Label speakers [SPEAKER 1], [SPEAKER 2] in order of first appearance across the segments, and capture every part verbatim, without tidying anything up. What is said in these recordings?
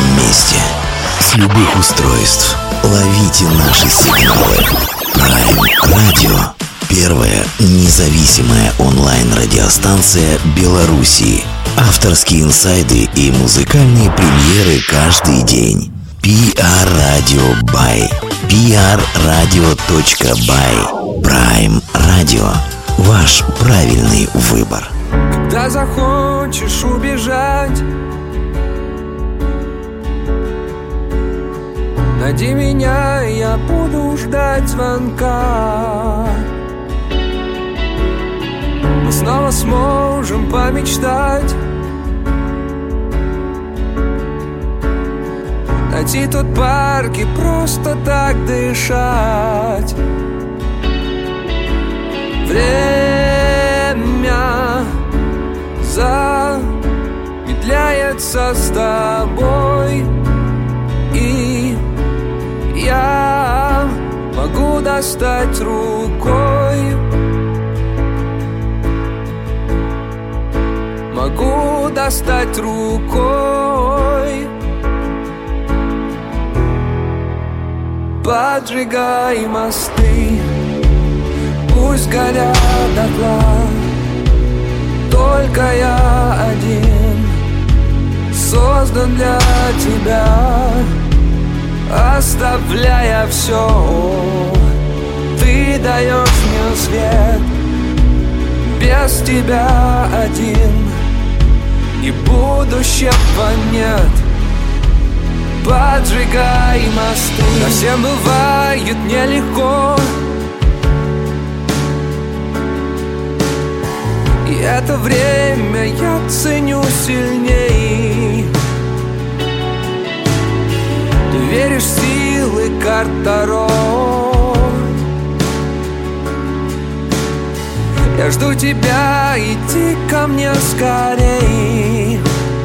[SPEAKER 1] любом месте, с любых устройств. Ловите наши сигналы. Prime Radio. Первая независимая онлайн-радиостанция Беларуси. Авторские инсайды и музыкальные премьеры каждый день. пи ар Radio by пи ар радио точка бай. Prime Radio. Ваш правильный выбор.
[SPEAKER 2] Когда захочешь убежать, найди меня, я буду ждать звонка. Мы снова сможем помечтать, найти тот парк и просто так дышать. Время замедляется с тобой, и я могу достать рукой, могу достать рукой. Поджигай мосты, пусть горят дотла. Только я один создан для тебя. Оставляя все, ты даешь мне свет. Без тебя один и будущего нет. Поджигай мосты. Но всем бывает нелегко, и это время я ценю сильней. Ты веришь в силы карт Таро. Я жду тебя, иди ко мне скорей.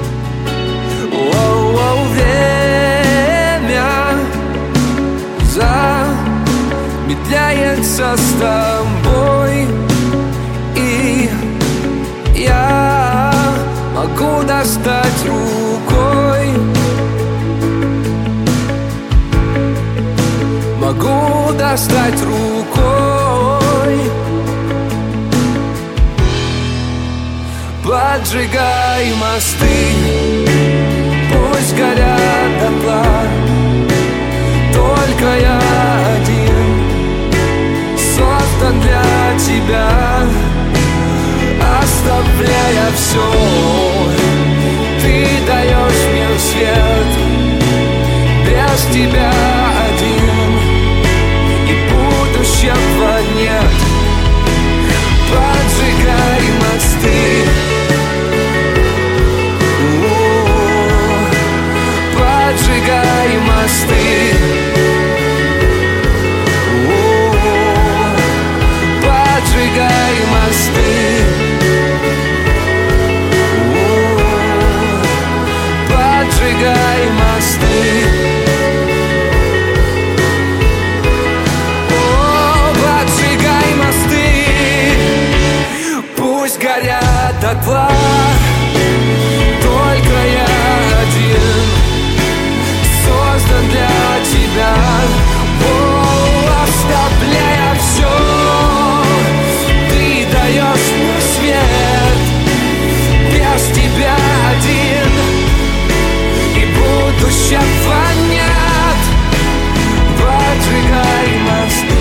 [SPEAKER 2] Воу-воу, время замедляется с тобой, и я могу достать рукой, могу достать рукой. Поджигай мосты, пусть горят дотла. Только я один создан для тебя. Оставляя все, ты даешь мне свет. Без тебя один и будущего нет. Поджигай мосты, поджигай мосты, поджигай мосты, поджигай мосты. О, поджигай мосты, пусть горят дотла. Только я один создан для тебя. О, оставляя все, ты даешь мне свет. Без тебя один и будущего нет. Поджигай мосты.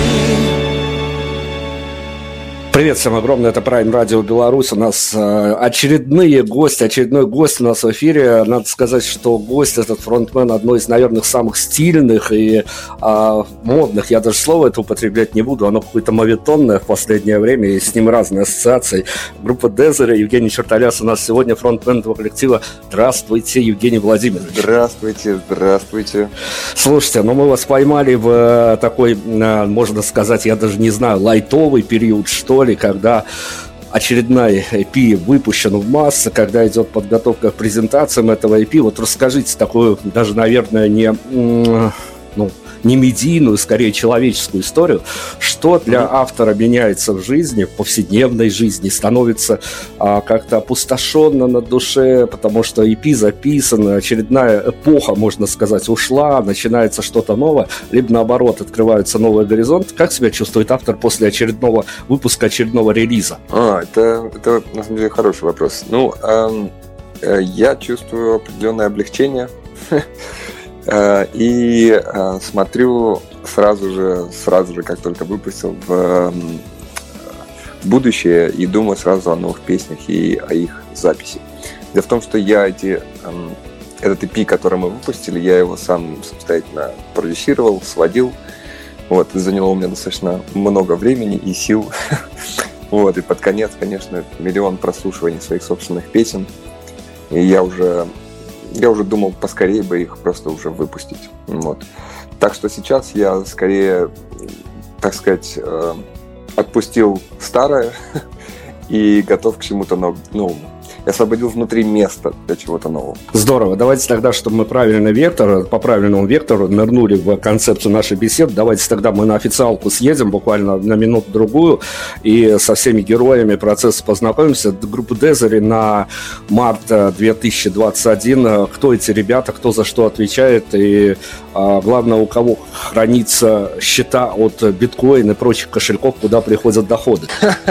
[SPEAKER 3] Привет всем огромное, это Prime Radio Беларусь. У нас э, очередные гости, очередной гость у нас в эфире. Надо сказать, что гость этот фронтмен одной из, наверное, самых стильных и э, модных. Я даже слово это употреблять не буду, оно какое-то моветонное в последнее время, и с ним разные ассоциации. Группа Дезера, Евгений Чертоляс у нас сегодня, фронтмен этого коллектива. Здравствуйте, Евгений Владимирович.
[SPEAKER 4] Здравствуйте, здравствуйте.
[SPEAKER 3] Слушайте, ну мы вас поймали в такой, можно сказать, я даже не знаю, лайтовый период, что ли, когда очередная и пи выпущена в массы, когда идет подготовка к презентациям этого и пи. Вот расскажите такую, даже, наверное, не, ну, не медийную, скорее человеческую историю, что для mm-hmm. автора меняется в жизни, в повседневной жизни, становится а, как-то опустошенно на душе, потому что и пи записан, очередная эпоха, можно сказать, ушла, начинается что-то новое, либо наоборот, открываются новые горизонты. Как себя чувствует автор после очередного выпуска, очередного релиза?
[SPEAKER 4] А, это, это на самом деле хороший вопрос. Ну, эм, э, я чувствую определенное облегчение э, и э, смотрю сразу же, сразу же, как только выпустил, в э, будущее и думаю сразу о новых песнях и о их записи. Дело в том, что я эти, э, этот и пи, который мы выпустили, я его сам самостоятельно продюсировал, сводил. Вот, это заняло у меня достаточно много времени и сил. Вот, и под конец, конечно, миллион прослушиваний своих собственных песен. И я уже, я уже думал поскорее бы их просто уже выпустить. Вот. Так что сейчас я скорее, так сказать, отпустил старое и готов к чему-то новому. Я освободил внутри место для чего-то нового.
[SPEAKER 3] Здорово. Давайте тогда, чтобы мы правильный вектор, по правильному вектору нырнули в концепцию нашей беседы, давайте тогда мы на официалку съедем буквально на минуту-другую и со всеми героями процесса познакомимся. Группа Desert на март две тысячи двадцать один. Кто эти ребята, кто за что отвечает и а, главное, у кого хранится счета от биткоина и прочих кошельков, куда приходят доходы?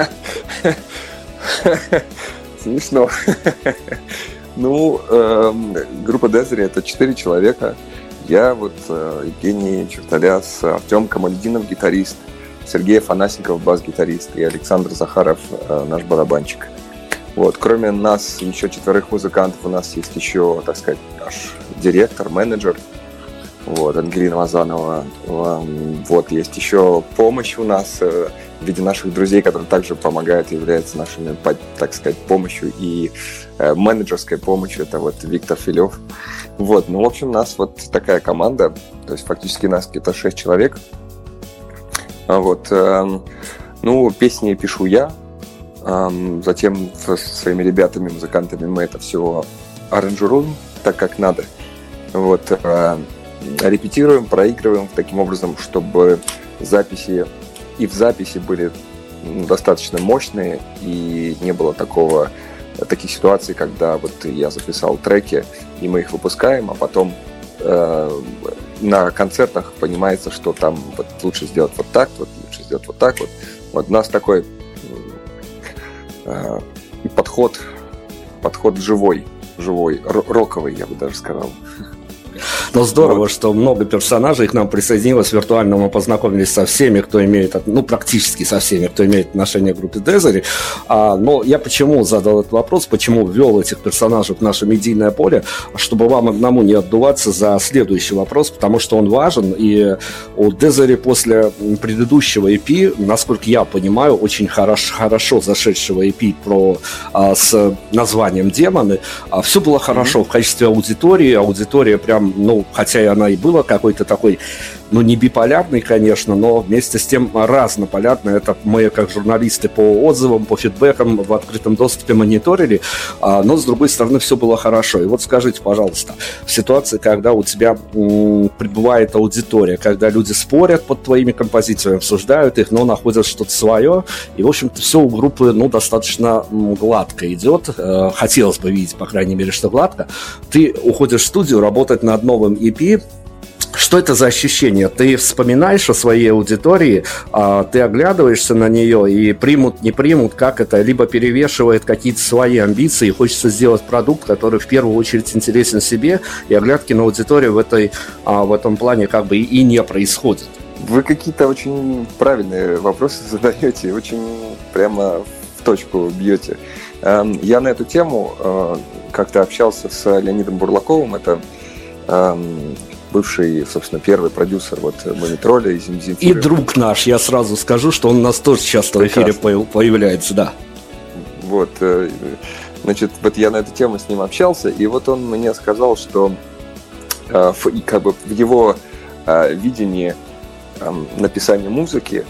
[SPEAKER 4] Смешно. Ну, э, группа Desert — это четыре человека. Я, вот, э, Евгений Чертоляс, Артем Камальдинов, гитарист, Сергей Афанасенков, бас-гитарист, и Александр Захаров, э, наш барабанщик. Вот. Кроме нас, еще четверых музыкантов, у нас есть еще, так сказать, наш директор, менеджер, вот, Ангелина Мазанова. Вот, есть еще помощь у нас э, в виде наших друзей, которые также помогают и являются нашими, так сказать, помощью и э, менеджерской помощью. Это вот Виктор Филев. Вот, ну, в общем, у нас вот такая команда, то есть фактически нас где-то шесть человек. Вот, э, ну, песни пишу я, э, затем со своими ребятами, музыкантами мы это все аранжируем так, как надо. Вот, э, репетируем, проигрываем таким образом, чтобы записи и в записи были достаточно мощные, и не было такого, таких ситуаций, когда вот я записал треки, и мы их выпускаем, а потом э, на концертах понимается, что там вот лучше сделать вот так, вот лучше сделать вот так вот. Вот у нас такой э, подход, подход живой, живой, роковый, я бы даже сказал.
[SPEAKER 3] Но здорово, вот. Что много персонажей к нам присоединилось виртуально, мы познакомились со всеми, кто имеет, ну, практически со всеми, кто имеет отношение к группе Desert. А, но я почему задал этот вопрос, почему ввел этих персонажей в наше медийное поле, чтобы вам одному не отдуваться за следующий вопрос, потому что он важен, и у Desert после предыдущего и пи, насколько я понимаю, очень хорош, хорошо зашедшего и пи про, а, с названием «Демоны», а, все было хорошо mm-hmm. в качестве аудитории, аудитория прям, ну, хотя и она и была какой-то такой, ну, не биполярной, конечно, но вместе с тем разнополярной. Это мы, как журналисты, по отзывам, по фидбэкам в открытом доступе мониторили, а, но, с другой стороны, все было хорошо. И вот скажите, пожалуйста, в ситуации, когда у тебя м, прибывает аудитория, когда люди спорят под твоими композициями, обсуждают их, но находят что-то свое, и, в общем-то, все у группы, ну, достаточно м, гладко идет, э, хотелось бы видеть, по крайней мере, что гладко, ты уходишь в студию работать над новым и пи. Что это за ощущение? Ты вспоминаешь о своей аудитории, ты оглядываешься на нее и примут, не примут, как это, либо перевешивает какие-то свои амбиции, и хочется сделать продукт, который в первую очередь интересен себе, и оглядки на аудиторию в, этой, в этом плане как бы и не происходит.
[SPEAKER 4] Вы какие-то очень правильные вопросы задаете, очень прямо в точку бьете. Я на эту тему как-то общался с Леонидом Бурлаковым, это бывший, собственно, первый продюсер вот Мумитроля и Земфиры.
[SPEAKER 3] И друг наш, я сразу скажу, что он у нас тоже часто в эфире появляется, да.
[SPEAKER 4] Вот, значит, вот я на эту тему с ним общался, и вот он мне сказал, что как бы в его видении написания музыки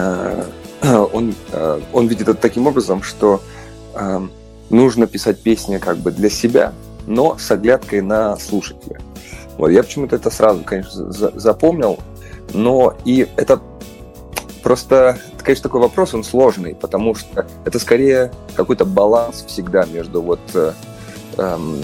[SPEAKER 4] он, он видит это таким образом, что нужно писать песни как бы для себя, но с оглядкой на слушателя. Вот, я почему-то это сразу, конечно, за- запомнил, Но и это просто, конечно, такой вопрос, он сложный, потому что это скорее какой-то баланс всегда между вот эм,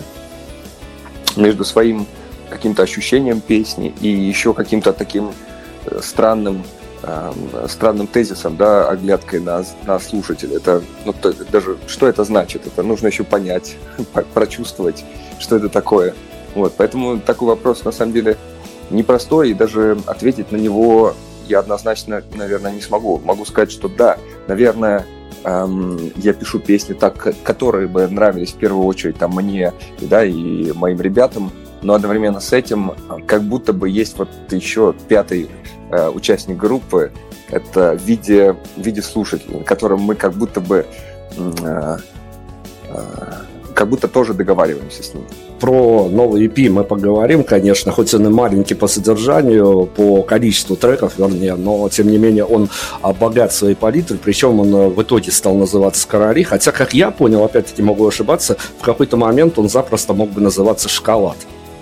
[SPEAKER 4] между своим каким-то ощущением песни и еще каким-то таким странным эм, странным тезисом, да, оглядкой на, на слушателя. Это, ну, то, даже что это значит? Это нужно еще понять, прочувствовать, что это такое. Вот, поэтому такой вопрос на самом деле непростой, и даже ответить на него я однозначно, наверное, не смогу. Могу сказать, что да, наверное, эм, я пишу песни, так, которые бы нравились в первую очередь там, мне, да, и моим ребятам, но одновременно с этим как будто бы есть вот еще пятый э, участник группы, это в виде, в виде слушателей, на котором мы как будто бы э, э, как будто тоже договариваемся с ним.
[SPEAKER 3] Про новый и пи мы поговорим, конечно, хоть он и маленький по содержанию, по количеству треков, вернее, но, тем не менее, он богат своей палитрой, причем он в итоге стал называться «Короли», хотя, как я понял, опять-таки могу ошибаться, в какой-то момент он запросто мог бы называться «Шоколад».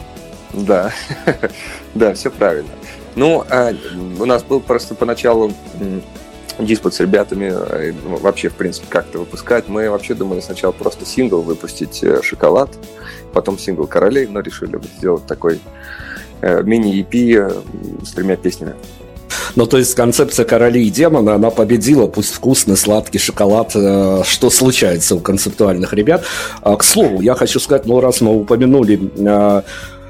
[SPEAKER 4] Да, да, все правильно. Ну, у нас был просто поначалу диспут с ребятами, вообще, в принципе, как-то выпускать. Мы вообще думали сначала просто сингл выпустить «Шоколад», потом сингл «Королей», но решили сделать такой э, мини-и пи с тремя песнями.
[SPEAKER 3] Ну, то есть концепция «Короли и демоны», она победила, пусть вкусный, сладкий шоколад, э, что случается у концептуальных ребят. А, к слову, я хочу сказать, ну, раз мы упомянули э,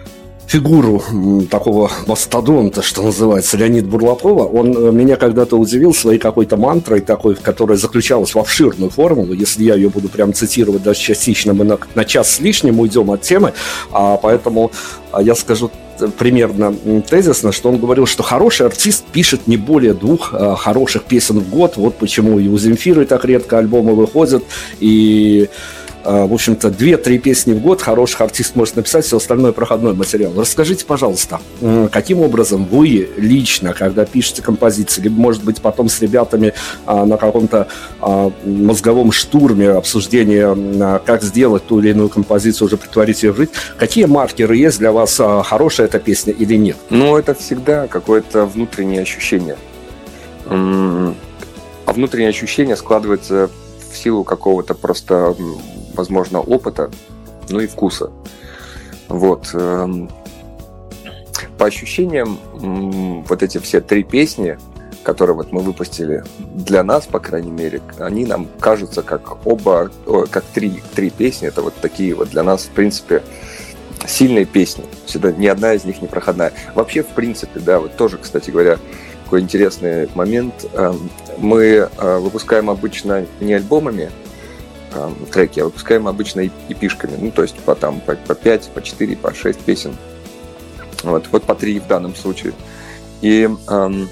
[SPEAKER 3] фигуру такого мастодонта, что называется, Леонида Бурлакова, он меня когда-то удивил своей какой-то мантрой такой, которая заключалась в обширную формулу. Если я ее буду прям цитировать даже частично, мы на, на час с лишним уйдем от темы, а поэтому я скажу примерно тезисно, что он говорил, что хороший артист пишет не более двух а, хороших песен в год. Вот почему и у Земфиры так редко альбомы выходят, и в общем-то, две-три песни в год хороших артист может написать, все остальное проходной материал. Расскажите, пожалуйста, каким образом вы лично, когда пишете композиции, либо, может быть, потом с ребятами а, на каком-то а, мозговом штурме обсуждения, а, как сделать ту или иную композицию, уже притворить ее в жизнь, какие маркеры есть для вас, а, хорошая эта песня или нет?
[SPEAKER 4] Ну, это всегда какое-то внутреннее ощущение. А внутреннее ощущение складывается в силу какого-то просто, возможно, опыта, ну и вкуса. Вот. По ощущениям, вот эти все три песни, которые вот мы выпустили, для нас, по крайней мере, они нам кажутся как оба, как три, три песни. Это вот такие вот для нас, в принципе, сильные песни. Сюда ни одна из них не проходная. Вообще, в принципе, да, вот тоже, кстати говоря, такой интересный момент. Мы выпускаем обычно не альбомами треки, а выпускаем обычно и пишками. Ну, то есть по, там, по, по пять, по четыре, по шесть песен. Вот, вот по три в данном случае. И, эм,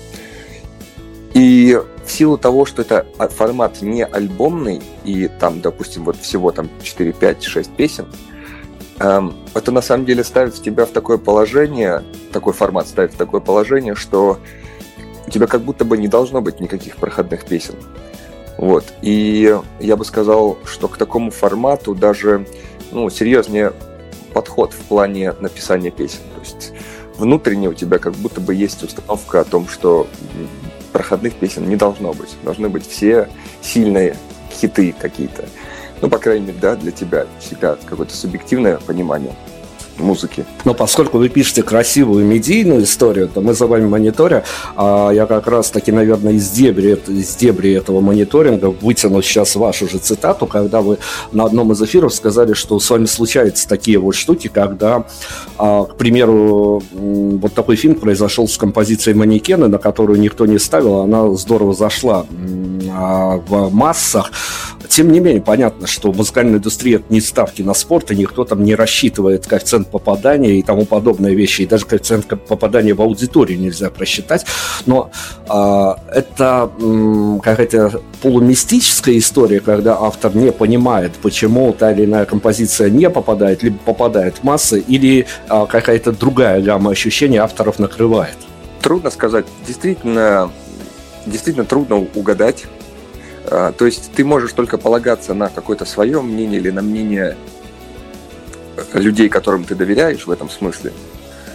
[SPEAKER 4] и в силу того, что это формат не альбомный, и там, допустим, вот всего там четыре, пять, шесть песен, эм, это на самом деле ставит тебя в такое положение, такой формат ставит в такое положение, что у тебя как будто бы не должно быть никаких проходных песен. Вот. И я бы сказал, что к такому формату даже, ну, серьезнее подход в плане написания песен. То есть внутренне у тебя как будто бы есть установка о том, что проходных песен не должно быть. Должны быть все сильные хиты какие-то. Ну, по крайней мере, да, для тебя всегда какое-то субъективное понимание музыки.
[SPEAKER 3] Но поскольку вы пишете красивую медийную историю, то мы за вами мониторя, а я как раз таки, наверное, из дебри, из дебри этого мониторинга вытяну сейчас вашу же цитату, когда вы на одном из эфиров сказали, что с вами случаются такие вот штуки, когда, а, к примеру, вот такой фильм произошел с композицией «Манекены», на которую никто не ставил, она здорово зашла а, в массах. Тем не менее, понятно, что музыкальная индустрия – это не ставки на спорт, и никто там не рассчитывает коэффициент попадания и тому подобные вещи, и даже коэффициент попадания в аудиторию нельзя просчитать. Но э, это э, какая-то полумистическая история, когда автор не понимает, почему та или иная композиция не попадает, либо попадает в массы, или э, какая-то другая гамма ощущений авторов накрывает.
[SPEAKER 4] Трудно сказать. Действительно, действительно трудно угадать. То есть ты можешь только полагаться на какое-то свое мнение или на мнение людей, которым ты доверяешь в этом смысле.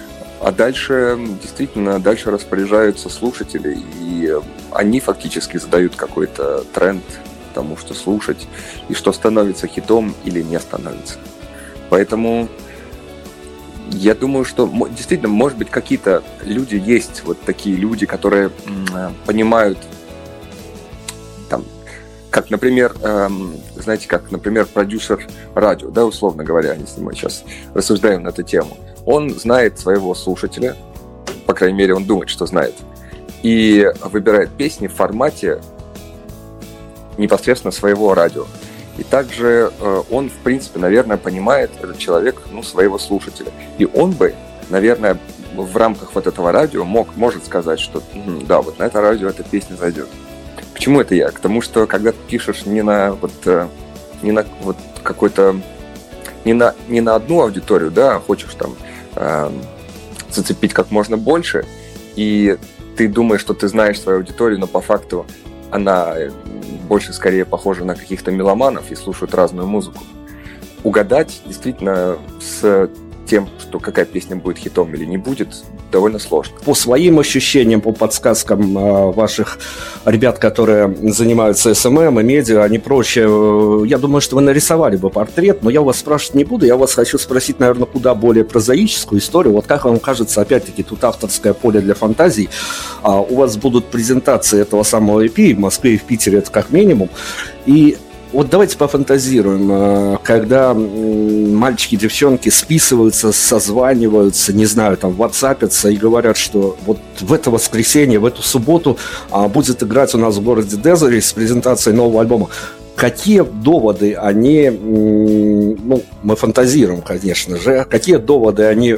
[SPEAKER 4] А дальше, действительно, дальше распоряжаются слушатели, и они фактически задают какой-то тренд тому, что слушать, и что становится хитом или не становится. Поэтому я думаю, что действительно, может быть, какие-то люди есть, вот такие люди, которые понимают, там, как, например, эм, знаете, как, например, продюсер радио, да, условно говоря, если мы сейчас рассуждаем на эту тему. Он знает своего слушателя, по крайней мере, он думает, что знает, и выбирает песни в формате непосредственно своего радио. И также э, он, в принципе, наверное, понимает, этот человек, ну, своего слушателя. И он бы, наверное, в рамках вот этого радио мог, может сказать, что м-м, да, вот на это радио эта песня зайдет. Почему это я? К тому, что когда ты пишешь не на вот, э, не на вот какой-то, не на, не на одну аудиторию, да, а хочешь там э, зацепить как можно больше, и ты думаешь, что ты знаешь свою аудиторию, но по факту она больше скорее похожа на каких-то меломанов и слушают разную музыку. Угадать действительно с тем, что какая песня будет хитом или не будет, довольно сложно.
[SPEAKER 3] По своим ощущениям, по подсказкам э, ваших ребят, которые занимаются эс эм эм и медиа, они проще, э, я думаю, что вы нарисовали бы портрет, но я у вас спрашивать не буду, я у вас хочу спросить, наверное, куда более прозаическую историю. Вот как вам кажется, опять-таки, тут авторское поле для фантазий, э, у вас будут презентации этого самого и пи в Москве и в Питере, это как минимум, и вот давайте пофантазируем, когда мальчики, девчонки списываются, созваниваются, не знаю, там, ватсапятся и говорят, что вот в это воскресенье, в эту субботу будет играть у нас в городе Дезере с презентацией нового альбома. Какие доводы они, ну, мы фантазируем, конечно же, какие доводы они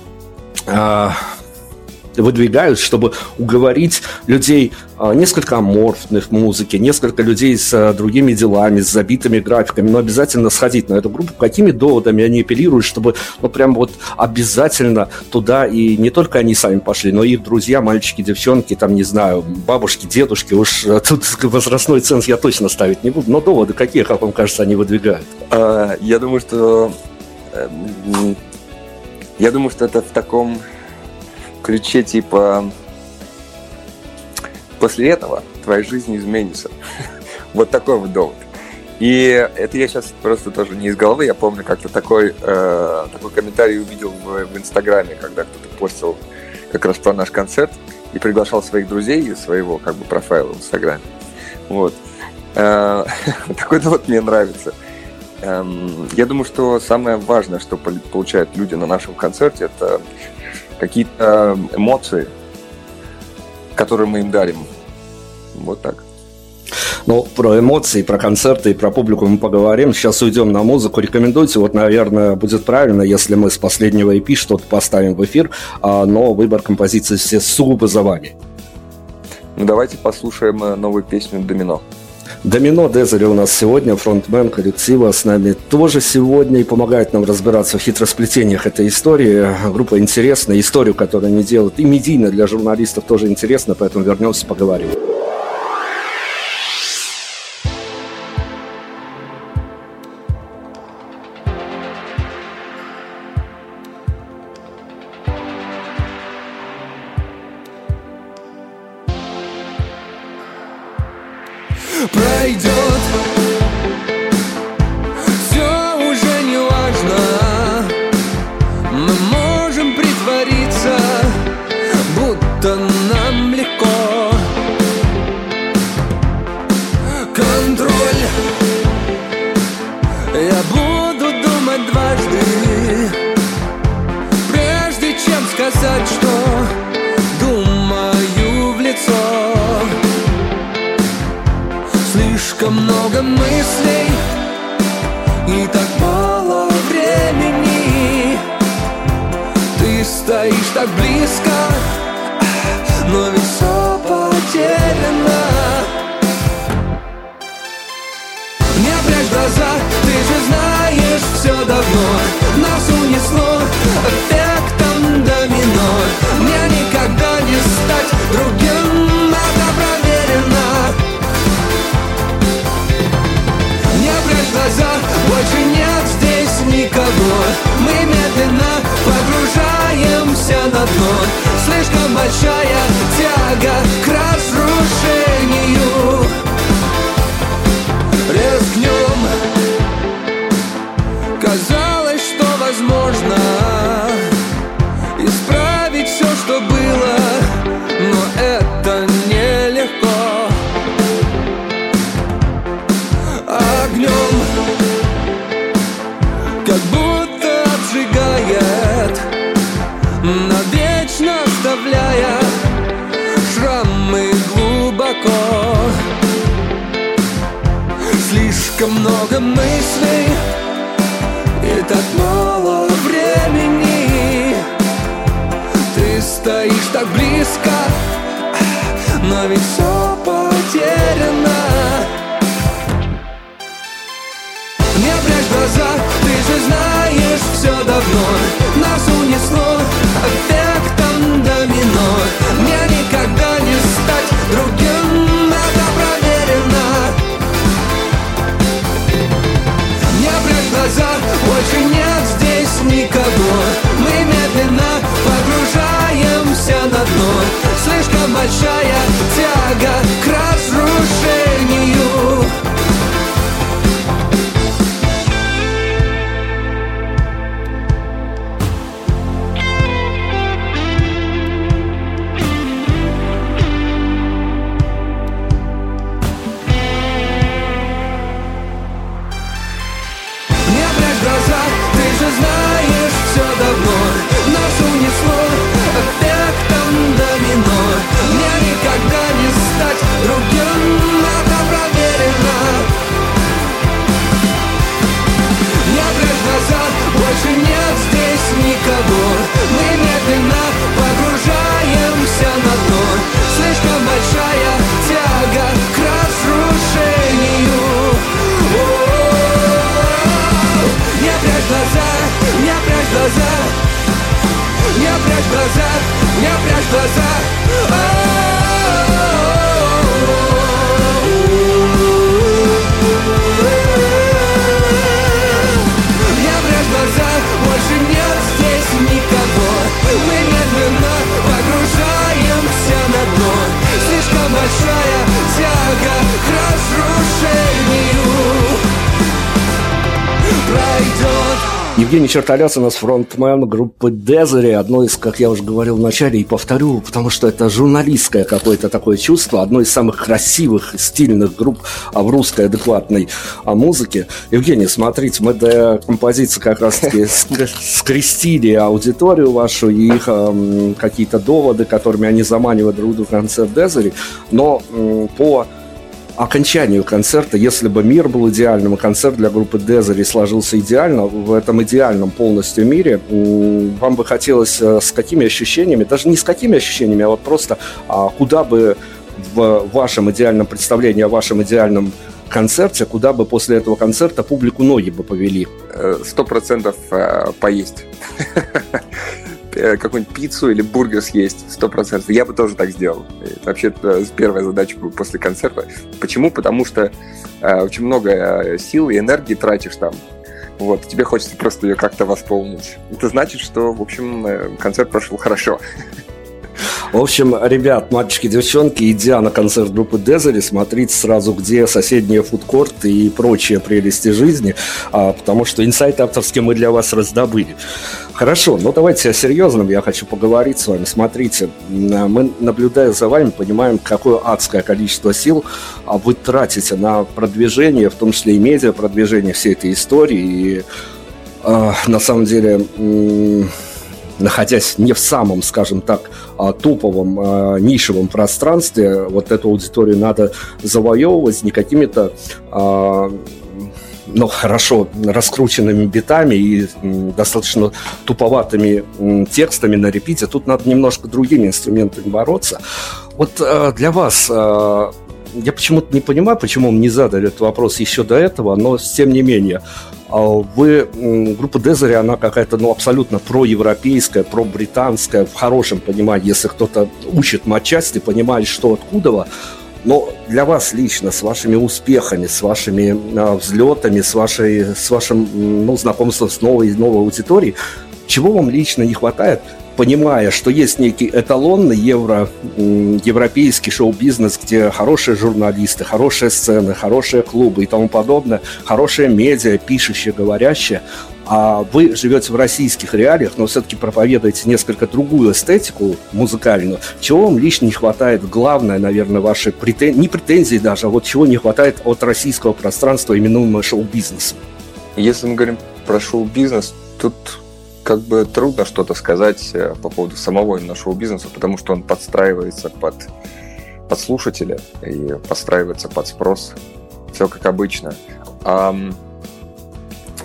[SPEAKER 3] выдвигают, чтобы уговорить людей несколько аморфных в музыке, несколько людей с другими делами, с забитыми графиками, но обязательно сходить на эту группу. Какими доводами они апеллируют, чтобы, ну, прям вот обязательно туда, и не только они сами пошли, но и их друзья, мальчики, девчонки, там, не знаю, бабушки, дедушки, уж тут возрастной ценз я точно ставить не буду, но доводы какие, как вам кажется, они выдвигают?
[SPEAKER 4] Я думаю, что я думаю, что это в таком ключе типа после этого твоя жизнь изменится. Вот такой вот довод. И это я сейчас просто тоже не из головы. Я помню, как-то такой, э, такой комментарий увидел в, в Инстаграме, когда кто-то постил как раз про наш концерт и приглашал своих друзей из своего как бы профайла в Инстаграме. Вот. Э, такой довод мне нравится. Э, я думаю, что самое важное, что получают люди на нашем концерте, это какие-то эмоции, которые мы им дарим. Вот так.
[SPEAKER 3] Ну, про эмоции, про концерты и про публику мы поговорим. Сейчас уйдем на музыку. Рекомендуйте. Вот, наверное, будет правильно, если мы с последнего и пи что-то поставим в эфир, но выбор композиции все сугубо за вами.
[SPEAKER 4] Ну, давайте послушаем новую песню «Домино».
[SPEAKER 3] Домино Дезери у нас сегодня, фронтмен коллектива, с нами тоже сегодня и помогает нам разбираться в хитросплетениях этой истории. Группа интересная, историю, которую они делают, и медийно для журналистов тоже интересно, поэтому вернемся, поговорим.
[SPEAKER 2] Пройдет, все уже не важно. Мы можем притвориться, будто нам легко. Контроль, я буду думать дважды, прежде чем сказать, что думаю в лицо. Слишком много мыслей и так мало времени. Ты стоишь так близко, но ведь все потеряно. Не прячь глаза, ты же знаешь все давно. Нас унесло эффектом домино. Мне никогда не стать другим, это проверено. Глаза, больше нет здесь никого. Мы медленно погружаемся на дно. так мало времени. Ты стоишь так близко, но ведь все потеряно. Не прячь глаза, ты же знаешь все давно. Нас унесло эффектом домино. Мне никогда не стать другим, это проверено. Не прячь глаза, больше нет здесь никого. Мы медленно погружаемся на дно. Слишком большая тяга к разрушению.
[SPEAKER 3] Евгений Чертоляс у нас фронтмен группы Дезери, одно из, как я уже говорил в начале и повторю, потому что это журналистское какое-то такое чувство, одно из самых красивых, стильных групп в русской адекватной музыке. Евгений, смотрите, мы до композиции как раз-таки скрестили аудиторию вашу и их э, какие-то доводы, которыми они заманивают друг друга в концерт Дезери, но э, по окончанию концерта, если бы мир был идеальным, и концерт для группы Дезери сложился идеально, в этом идеальном полностью мире, вам бы хотелось с какими ощущениями, даже не с какими ощущениями, а вот просто куда бы в вашем идеальном представлении о вашем идеальном концерте, куда бы после этого концерта публику ноги бы повели?
[SPEAKER 4] Сто процентов поесть. Какую-нибудь пиццу или бургер съесть, сто процентов. Я бы тоже так сделал. Это вообще первая задача после концерта. Почему? Потому что э, очень много сил и энергии тратишь там. Вот, тебе хочется просто ее как-то восполнить. Это значит, что, в общем, концерт прошел хорошо.
[SPEAKER 3] В общем, ребят, мальчики, девчонки, идя на концерт группы Дезери, смотрите сразу, где соседние фудкорты и прочие прелести жизни, а, потому что инсайты авторские мы для вас раздобыли. Хорошо, но давайте о серьезном я хочу поговорить с вами. Смотрите, мы, наблюдая за вами, понимаем, какое адское количество сил вы тратите на продвижение, в том числе и медиа, продвижение всей этой истории. И а, на самом деле... М- находясь не в самом, скажем так, топовом, нишевом пространстве, вот эту аудиторию надо завоевывать не какими-то, ну, хорошо раскрученными битами и достаточно туповатыми текстами на репите. Тут надо немножко другими инструментами бороться. Вот для вас... Я почему-то не понимаю, почему мне не задали этот вопрос еще до этого, но тем не менее, вы, группа Дезери, она какая-то, ну, абсолютно проевропейская, пробританская, в хорошем понимании, если кто-то учит матчасти, понимает, что откуда, но для вас лично, с вашими успехами, с вашими а, взлетами, с, вашей, с вашим, ну, знакомством с новой, новой аудиторией, чего вам лично не хватает, понимая, что есть некий эталонный евро, европейский шоу-бизнес, где хорошие журналисты, хорошие сцены, хорошие клубы и тому подобное, хорошие медиа, пишущие, говорящие, а вы живете в российских реалиях, но все-таки проповедуете несколько другую эстетику музыкальную. Чего вам лично не хватает? Главное, наверное, ваши претензии, не претензии даже, а вот чего не хватает от российского пространства, именуемого шоу-бизнесом?
[SPEAKER 4] Если мы говорим про шоу-бизнес, тут... как бы трудно что-то сказать по поводу самого именно шоу-бизнеса, потому что он подстраивается под, под слушателя и подстраивается под спрос. Все как обычно. А,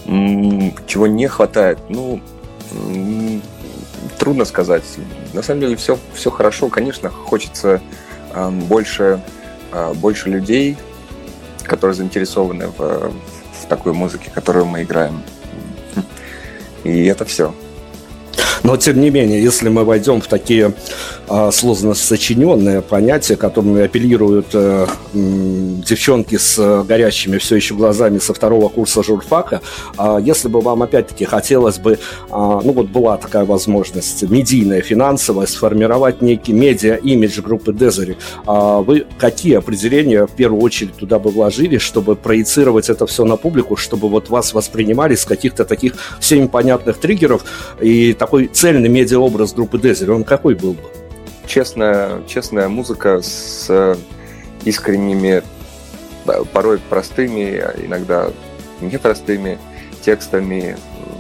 [SPEAKER 4] Чего не хватает? Ну, трудно сказать. На самом деле все, все хорошо. Конечно, хочется больше, больше людей, которые заинтересованы в, в такой музыке, которую мы играем. И это все.
[SPEAKER 3] Но, тем не менее, если мы войдем в такие а, сложно сочиненные понятия, которыми апеллируют а, м, девчонки с горящими все еще глазами со второго курса журфака, а, если бы вам опять-таки хотелось бы, а, ну вот была такая возможность, медийная, финансовая, сформировать некий медиа-имидж группы Desert, а, вы какие определения в первую очередь туда бы вложили, чтобы проецировать это все на публику, чтобы вот вас воспринимали с каких-то таких всем понятных триггеров, и такой цельный медиаобраз группы Desert, он какой был бы?
[SPEAKER 4] Честная, честная музыка с искренними, порой простыми, а иногда непростыми текстами,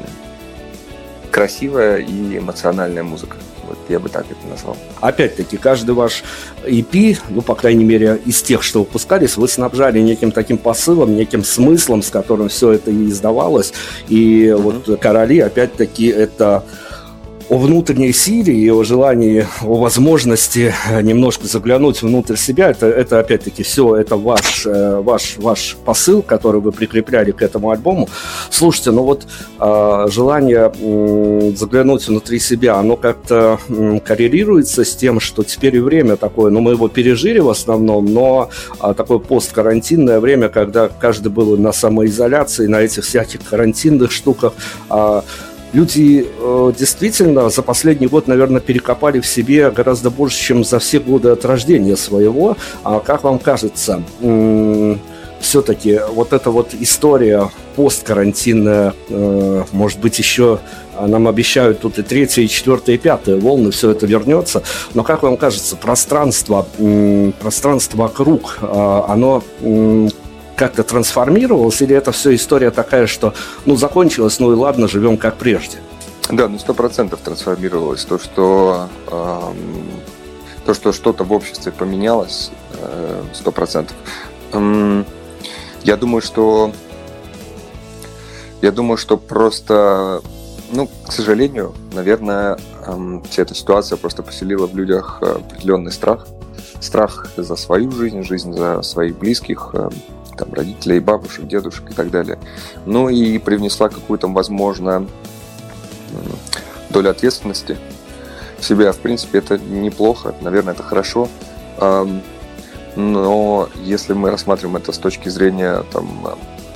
[SPEAKER 4] красивая и эмоциональная музыка. Вот я бы так это назвал.
[SPEAKER 3] Опять-таки, каждый ваш и пи, ну, по крайней мере, из тех, что выпускались, вы снабжали неким таким посылом, неким смыслом, с которым все это и издавалось. И mm-hmm. вот «Короли», опять-таки, это о внутренней силе и о желании, о возможности немножко заглянуть внутрь себя. Это, это опять-таки, все это ваш, ваш, ваш посыл, который вы прикрепляли к этому альбому. Слушайте, ну вот э, желание э, заглянуть внутри себя, оно как-то э, коррелируется с тем, что теперь и время такое, ну мы его пережили в основном, но э, такое посткарантинное время, когда каждый был на самоизоляции, на этих всяких карантинных штуках, э, люди э, действительно за последний год, наверное, перекопали в себе гораздо больше, чем за все годы от рождения своего. А как вам кажется, м- все-таки вот эта вот история посткарантинная, э, может быть, еще нам обещают тут и третья, и четвертая, и пятая волны, все это вернется. Но как вам кажется, пространство, м- пространство вокруг, э, оно... М- как-то трансформировалось, или это все история такая, что, ну, закончилась, ну и ладно, живем как прежде?
[SPEAKER 4] Да, ну, сто процентов трансформировалось. То, что, эм, то, что что-то в обществе поменялось, сто процентов. Эм, я думаю, что я думаю, что просто, ну, к сожалению, наверное, эм, вся эта ситуация просто поселила в людях определенный страх. Страх за свою жизнь, жизнь за своих близких, эм, там, родителей, бабушек, дедушек и так далее. Ну и привнесла какую-то, возможно, долю ответственности в себя. В принципе, это неплохо, наверное, это хорошо. Но если мы рассматриваем это с точки зрения там,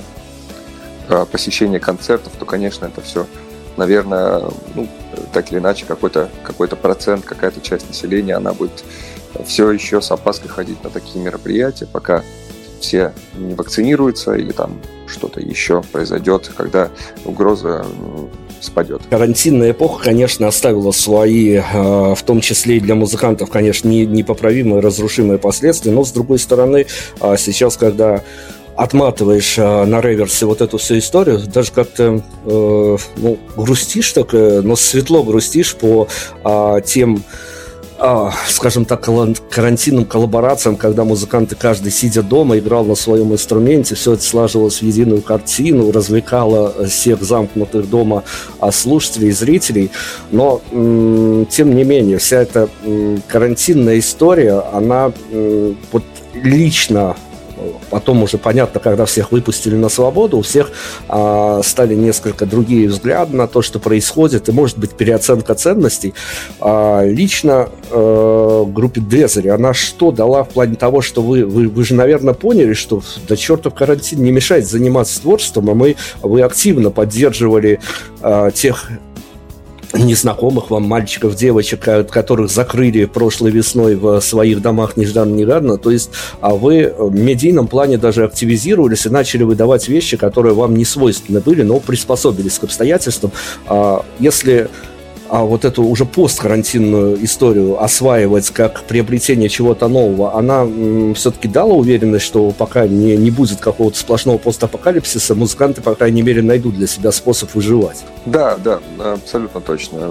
[SPEAKER 4] посещения концертов, то, конечно, это все, наверное, ну, так или иначе, какой-то, какой-то процент, какая-то часть населения, она будет все еще с опаской ходить на такие мероприятия, пока все не вакцинируются или там что-то еще произойдет, когда угроза спадет.
[SPEAKER 3] Карантинная эпоха, конечно, оставила свои, в том числе и для музыкантов, конечно, непоправимые, разрушимые последствия, но, с другой стороны, сейчас, когда отматываешь на реверсе вот эту всю историю, даже как-то ну, грустишь так, но светло грустишь по тем, скажем так, карантинным коллаборациям, когда музыканты, каждый сидя дома, играл на своем инструменте, все это слаживалось в единую картину, развлекало всех замкнутых дома слушателей и зрителей. Но, тем не менее, вся эта карантинная история, она вот лично, потом уже понятно, когда всех выпустили на свободу, у всех а, стали несколько другие взгляды на то, что происходит, и, может быть, переоценка ценностей. А, лично а, группе Desert, она что дала в плане того, что вы, вы, вы же, наверное, поняли, что да чертов карантин не мешает заниматься творчеством, а мы, вы активно поддерживали а, тех незнакомых вам мальчиков, девочек, которых закрыли прошлой весной в своих домах нежданно-негаданно. То есть а вы в медийном плане даже активизировались и начали выдавать вещи, которые вам не свойственны были, но приспособились к обстоятельствам. А если а вот эту уже посткарантинную историю осваивать как приобретение чего-то нового, она м, все-таки дала уверенность, что пока не, не будет какого-то сплошного постапокалипсиса, музыканты, по крайней мере, найдут для себя способ выживать.
[SPEAKER 4] Да, да, абсолютно точно.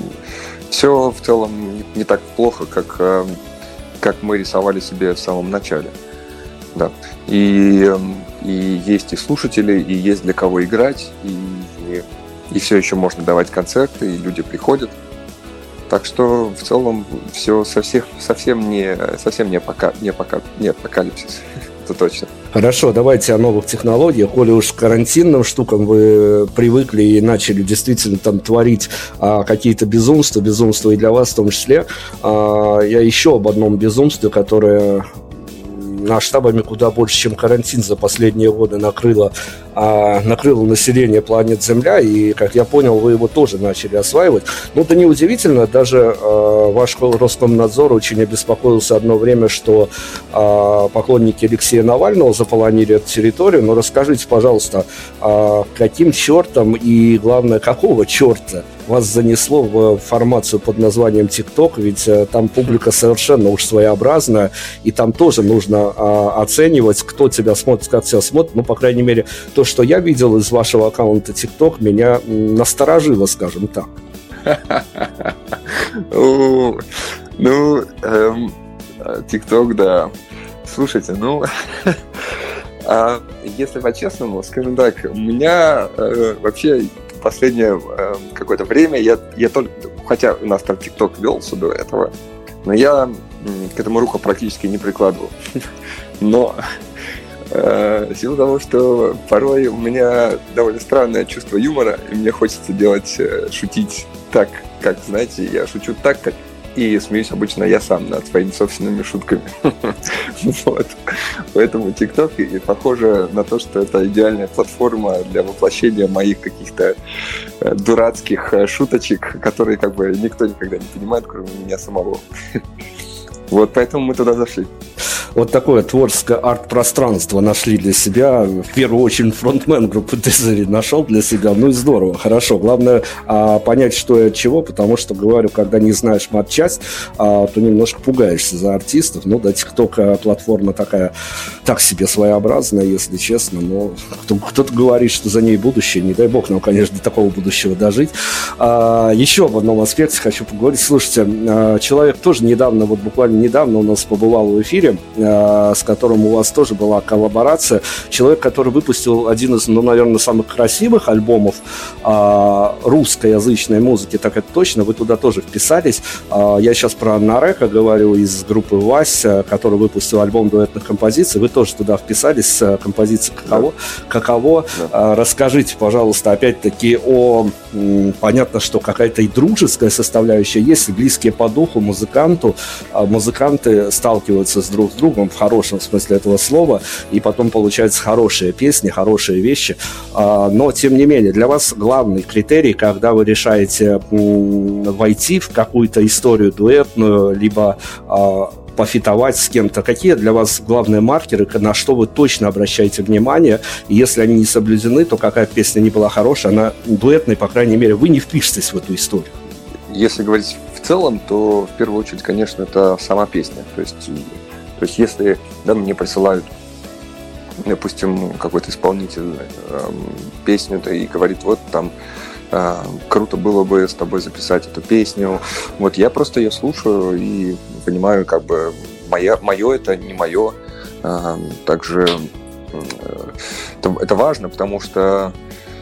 [SPEAKER 4] Все в целом не, не так плохо, как, как мы рисовали себе в самом начале. да. И, и есть и слушатели, и есть для кого играть, и, и, и все еще можно давать концерты, и люди приходят. Так что в целом все совсем, совсем не, совсем не, пока, не, пока, не апокалипсис, это точно.
[SPEAKER 3] Хорошо, давайте о новых технологиях. Коли уж к карантинным штукам вы привыкли и начали действительно там творить а, какие-то безумства, безумства и для вас в том числе, а, я еще об одном безумстве, которое масштабами куда больше, чем карантин за последние годы накрыло, а, накрыло население планеты Земля, и, как я понял, вы его тоже начали осваивать. Ну, это неудивительно, даже а, ваш Роскомнадзор очень обеспокоился одно время, что а, поклонники Алексея Навального заполонили эту территорию. Но расскажите, пожалуйста, а, каким чертом и, главное, какого черта вас занесло в формацию под названием ТикТок, ведь э, там публика совершенно уж своеобразная, и там тоже нужно э, оценивать, кто тебя смотрит, как тебя смотрит. Ну, по крайней мере, то, что я видел из вашего аккаунта ТикТок, меня насторожило, скажем так.
[SPEAKER 4] Ну, ТикТок, да. Слушайте, ну... А если по-честному, скажем так, у меня э, вообще последнее э, какое-то время, я, я только, хотя у нас там ТикТок велся до этого, но я э, к этому руку практически не прикладывал. Но э, в силу того, что порой у меня довольно странное чувство юмора, и мне хочется делать, э, шутить так, как, знаете, я шучу так, как и смеюсь обычно я сам над своими собственными шутками. Вот. Поэтому TikTok и похоже на то, что это идеальная платформа для воплощения моих каких-то дурацких шуточек, которые как бы никто никогда не понимает, кроме меня самого. Вот поэтому мы туда зашли.
[SPEAKER 3] Вот такое творческое арт-пространство нашли для себя. В первую очередь фронтмен группы Дезери нашел для себя. Ну и здорово, хорошо. Главное а, понять, что и от чего, потому что, говорю, когда не знаешь матчасть, а, то немножко пугаешься за артистов. Ну да, TikTok платформа такая, так себе своеобразная, если честно. Но кто, кто-то говорит, что за ней будущее. Не дай бог нам, конечно, до такого будущего дожить. А, еще в одном аспекте хочу поговорить. Слушайте, а, человек тоже недавно, вот буквально недавно у нас побывал в эфире, с которым у вас тоже была коллаборация. Человек, который выпустил один из, ну, наверное, самых красивых альбомов а, русскоязычной музыки, так это точно, вы туда тоже вписались. А, я сейчас про Нарека говорю из группы Вася, который выпустил альбом дуэтных композиций. Вы тоже туда вписались с композицией «Каково?». Да. «Каково?». Да. А, расскажите, пожалуйста, опять-таки о... М, понятно, что какая-то и дружеская составляющая есть, близкие по духу музыканту. А музыканты сталкиваются с друг с другом в хорошем смысле этого слова, и потом получаются хорошие песни, хорошие вещи. Но, тем не менее, для вас главный критерий, когда вы решаете войти в какую-то историю дуэтную, либо пофитовать с кем-то, какие для вас главные маркеры, на что вы точно обращаете внимание, и если они не соблюдены, то какая песня не была хорошая, она дуэтной, по крайней мере, вы не впишетесь в эту историю.
[SPEAKER 4] Если говорить в целом, то в первую очередь, конечно, это сама песня. То есть, то есть если да, мне присылают, допустим, какой-то исполнитель э, песню-то и говорит, вот там э, круто было бы с тобой записать эту песню, вот я просто ее слушаю и понимаю, как бы моя, мое это, не мое. Э, также э, это, это важно, потому что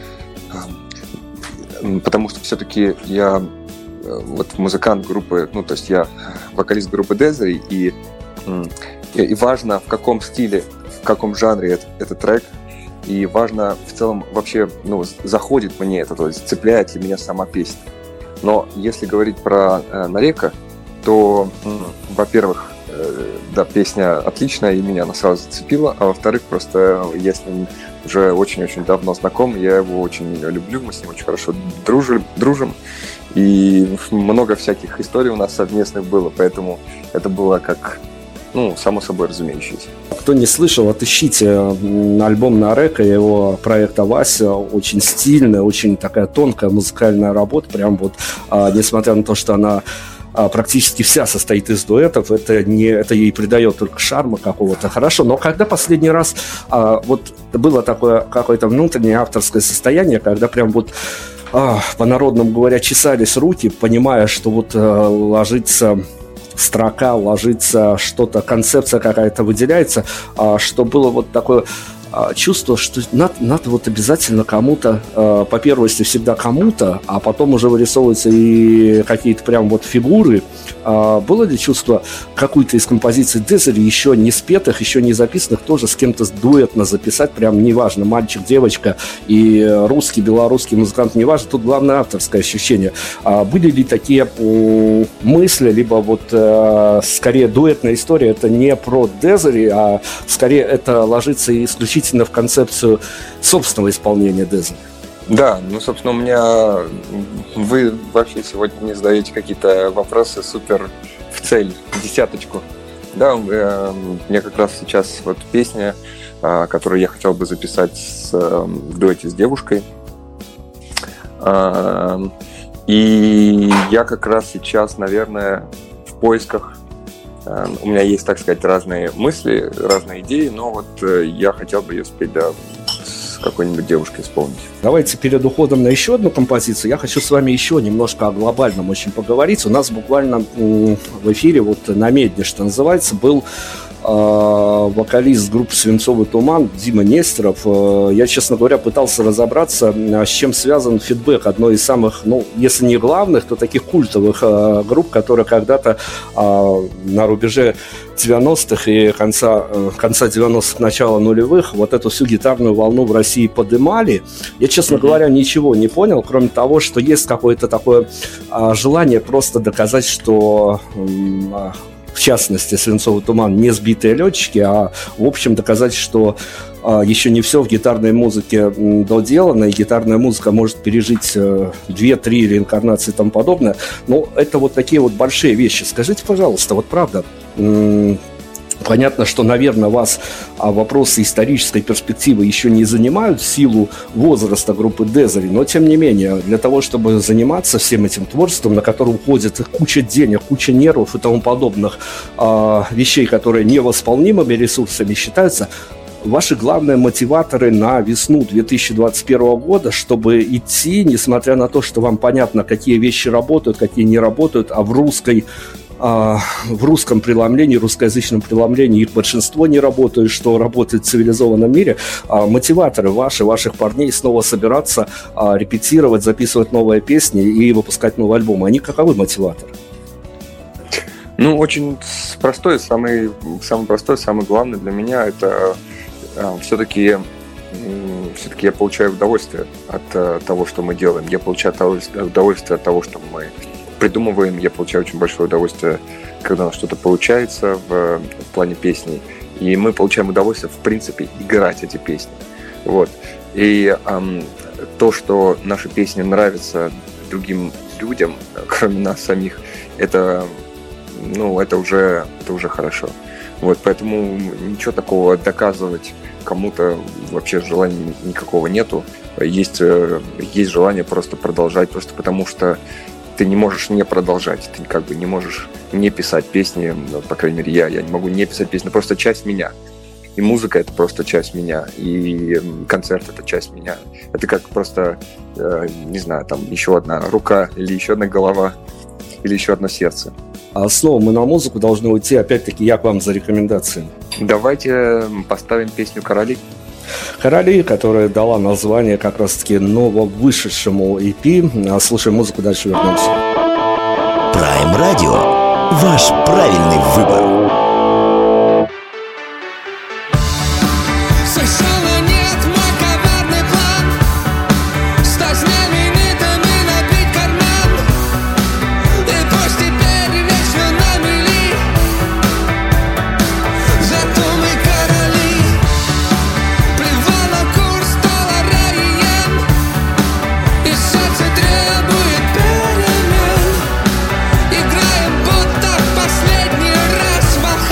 [SPEAKER 4] э, потому что все-таки я вот музыкант группы, ну, то есть я вокалист группы Дезери, и, и, и важно, в каком стиле, в каком жанре это, этот трек, и важно в целом вообще, ну, заходит мне это, то есть цепляет ли меня сама песня. Но если говорить про э, Нарека, то, э, во-первых, э, да, песня отличная, и меня она сразу зацепила, а во-вторых, просто я с ним уже очень-очень давно знаком, я его очень люблю, мы с ним очень хорошо дружим, дружим. И много всяких историй у нас совместных было, поэтому это было как, ну, само собой разумеющееся.
[SPEAKER 3] Кто не слышал, отыщите альбом Нарека, его проекта Вася, очень стильная, очень такая тонкая музыкальная работа, прям вот, а, несмотря на то, что она а, практически вся состоит из дуэтов, это, не, это ей придает только шарма какого-то, хорошо, но когда последний раз а, вот было такое какое-то внутреннее авторское состояние, когда прям вот А, по-народному говоря, чесались руки, понимая, что вот э, ложится строка ложится, что-то, концепция какая-то выделяется, что было вот такое чувство, что надо, надо вот обязательно кому-то, э, по первости всегда кому-то, а потом уже вырисовываются и какие-то прям вот фигуры. Э, было ли чувство какую-то из композиций Desert еще не спетых, еще не записанных, тоже с кем-то дуэтно записать, прям неважно, мальчик, девочка и русский, белорусский музыкант, неважно, тут главное авторское ощущение. А были ли такие э, мысли, либо вот э, скорее дуэтная история, это не про Desert, а скорее это ложится исключительно в концепцию собственного исполнения Desert?
[SPEAKER 4] Да, ну, собственно, у меня... Вы вообще сегодня не задаете какие-то вопросы супер в цель, в десяточку. Да, э, у меня как раз сейчас вот песня, э, которую я хотел бы записать с, э, в дуэте с девушкой. Э, и я как раз сейчас, наверное, в поисках. У меня есть, так сказать, разные мысли, разные идеи, но вот я хотел бы ее спеть, да, с какой-нибудь девушкой исполнить.
[SPEAKER 3] Давайте перед уходом на еще одну композицию я хочу с вами еще немножко о глобальном очень поговорить. У нас буквально в эфире, вот на Медне, что называется, был вокалист группы «Свинцовый туман» Дима Нестеров. Я, честно говоря, пытался разобраться, с чем связан фидбэк одной из самых, ну, если не главных, то таких культовых групп, которые когда-то на рубеже девяностых и конца, конца девяностых, начала нулевых вот эту всю гитарную волну в России подымали. Я, честно mm-hmm. говоря, ничего не понял, кроме того, что есть какое-то такое желание просто доказать, что... в частности, «Свинцовый туман» не сбитые летчики, а в общем доказать, что а, еще не все в гитарной музыке доделано, и гитарная музыка может пережить а, две-три реинкарнации и тому подобное. Но это вот такие вот большие вещи. Скажите, пожалуйста, вот правда... М- Понятно, что, наверное, вас а, вопросы исторической перспективы еще не занимают в силу возраста группы Desert, но, тем не менее, для того, чтобы заниматься всем этим творчеством, на которое уходит куча денег, куча нервов и тому подобных а, вещей, которые невосполнимыми ресурсами считаются, ваши главные мотиваторы на весну две тысячи двадцать первого года, чтобы идти, несмотря на то, что вам понятно, какие вещи работают, какие не работают, а в русской в русском преломлении, русскоязычном преломлении их большинство не работает, что работает в цивилизованном мире. Мотиваторы ваши, ваших парней снова собираться, репетировать, записывать новые песни и выпускать новый альбом. Они каковы мотиваторы?
[SPEAKER 4] Ну, очень простой, самый, самый простой, самый главный для меня это все-таки все-таки я получаю удовольствие от того, что мы делаем. Я получаю удовольствие от того, что мы придумываем. Я получаю очень большое удовольствие, когда у нас что-то получается в, в плане песни. И мы получаем удовольствие, в принципе, играть эти песни. Вот. И эм, то, что наши песни нравятся другим людям, кроме нас самих, это, ну, это уже, это уже хорошо. Вот. Поэтому ничего такого доказывать кому-то вообще желания никакого нету. Есть, есть желание просто продолжать, просто потому что ты не можешь не продолжать, ты как бы не можешь не писать песни, ну, по крайней мере, я, я не могу не писать песни, просто часть меня. И музыка — это просто часть меня, и концерт — это часть меня. Это как просто, э, не знаю, там еще одна рука, или еще одна голова, или еще одно сердце.
[SPEAKER 3] А снова мы на музыку должны уйти, опять-таки, я к вам за рекомендациями.
[SPEAKER 4] Давайте поставим песню «Короли».
[SPEAKER 3] «Короли», которая дала название как раз-таки нововышедшему и пи. Слушаем музыку, дальше вернемся.
[SPEAKER 1] Prime Radio. Ваш правильный выбор.
[SPEAKER 2] Играем будто в последний раз.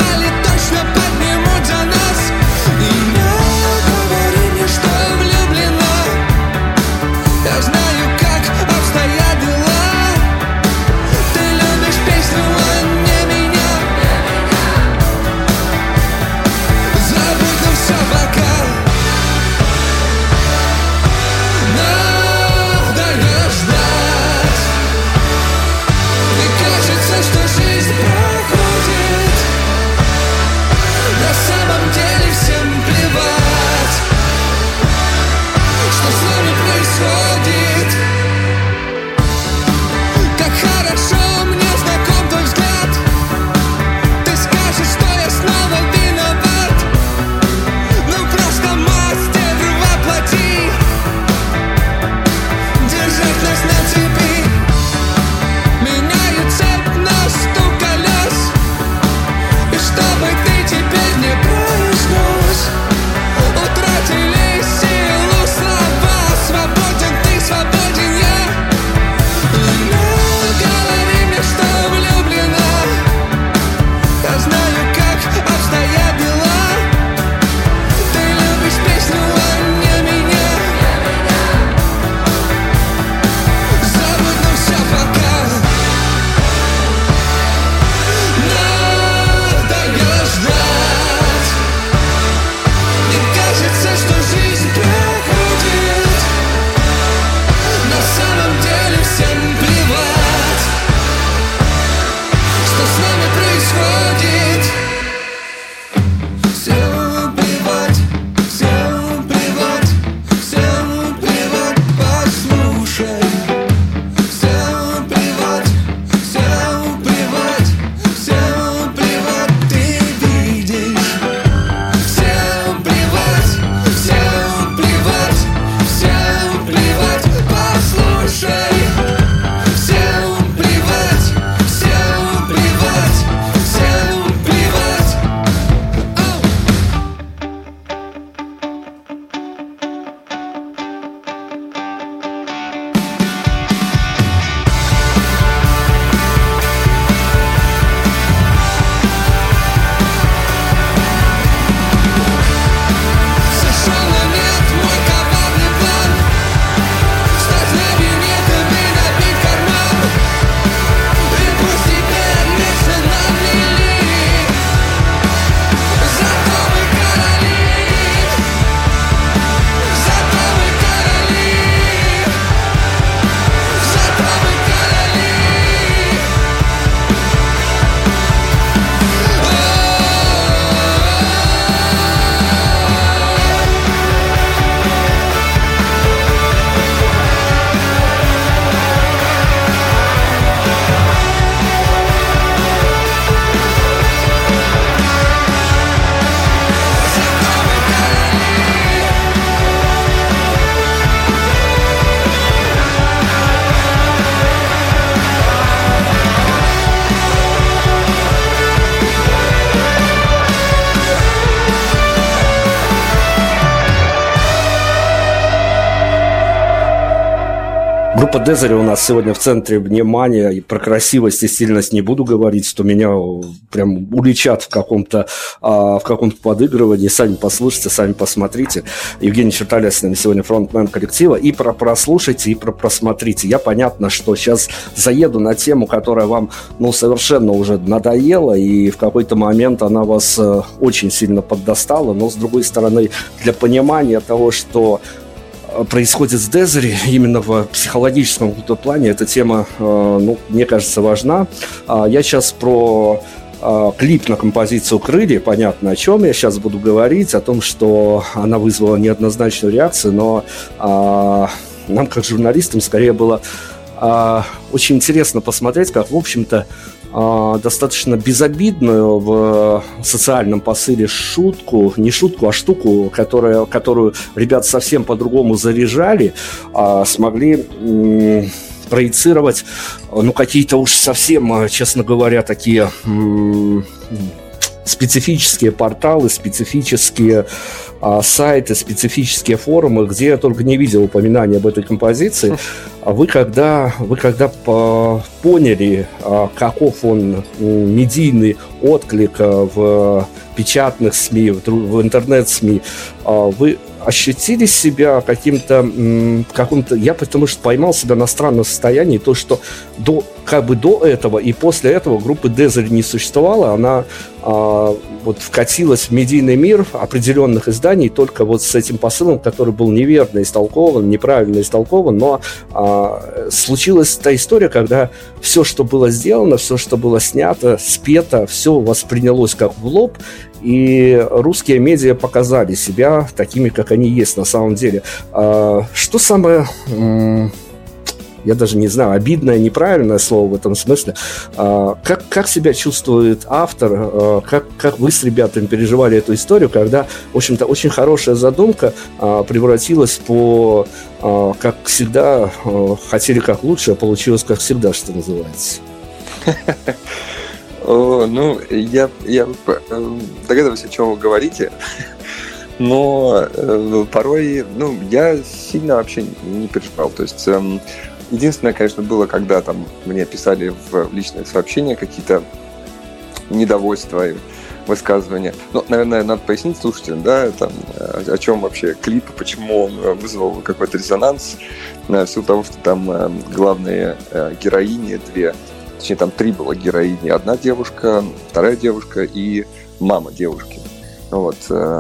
[SPEAKER 3] группа Дезери у нас сегодня в центре внимания. И про красивость и стильность не буду говорить, что меня прям уличат в каком-то, в каком-то подыгрывании. Сами послушайте, сами посмотрите. Евгений Черталя с нами сегодня, фронтмен коллектива. И про прослушайте, и про просмотрите. Я, понятно, что сейчас заеду на тему, которая вам, ну, совершенно уже надоела, и в какой-то момент она вас очень сильно поддостала. Но, с другой стороны, для понимания того, что происходит с Дезери именно в психологическом плане, эта тема, ну, мне кажется, важна. Я сейчас про клип на композицию «Крылья», понятно, о чем я сейчас буду говорить, о том, что она вызвала неоднозначную реакцию, но нам, как журналистам, скорее было очень интересно посмотреть, как, в общем-то, достаточно безобидную в социальном посыле шутку, не шутку, а штуку, которая, которую ребят совсем по-другому заряжали, смогли м- проецировать, ну, какие-то уж совсем, честно говоря, такие м- специфические порталы, специфические а, сайты, специфические форумы, где я только не видел упоминания об этой композиции. А вы когда, вы когда по- поняли, а, каков он медийный отклик а, в печатных СМИ, в, в интернет-СМИ, а, вы ощутили себя каким-то, м, каком-то... Я потому что поймал себя на странном состоянии, то, что до, как бы до этого и после этого группы Дезери не существовало, она а, вот вкатилась в медийный мир определенных изданий только вот с этим посылом, который был неверно истолкован, неправильно истолкован, но а, случилась та история, когда все, что было сделано, все, что было снято, спето, все воспринялось как в лоб, и русские медиа показали себя такими, как они есть на самом деле. Что самое, я даже не знаю, обидное, неправильное слово в этом смысле, как, как себя чувствует автор, как, как вы с ребятами переживали эту историю, когда, в общем-то, очень хорошая задумка превратилась по, как всегда, хотели как лучше, а получилось как всегда, что называется.
[SPEAKER 4] О, ну, я, я догадываюсь, о чем вы говорите, но э, порой, ну, я сильно вообще не переживал. То есть, э, единственное, конечно, было, когда там мне писали в личные сообщения какие-то недовольства и высказывания. Ну, наверное, надо пояснить слушателям, да, там, о чем вообще клип, почему он вызвал какой-то резонанс, в силу того, что там главные героини две, точнее, там три было героини. Одна девушка, вторая девушка и мама девушки. Вот.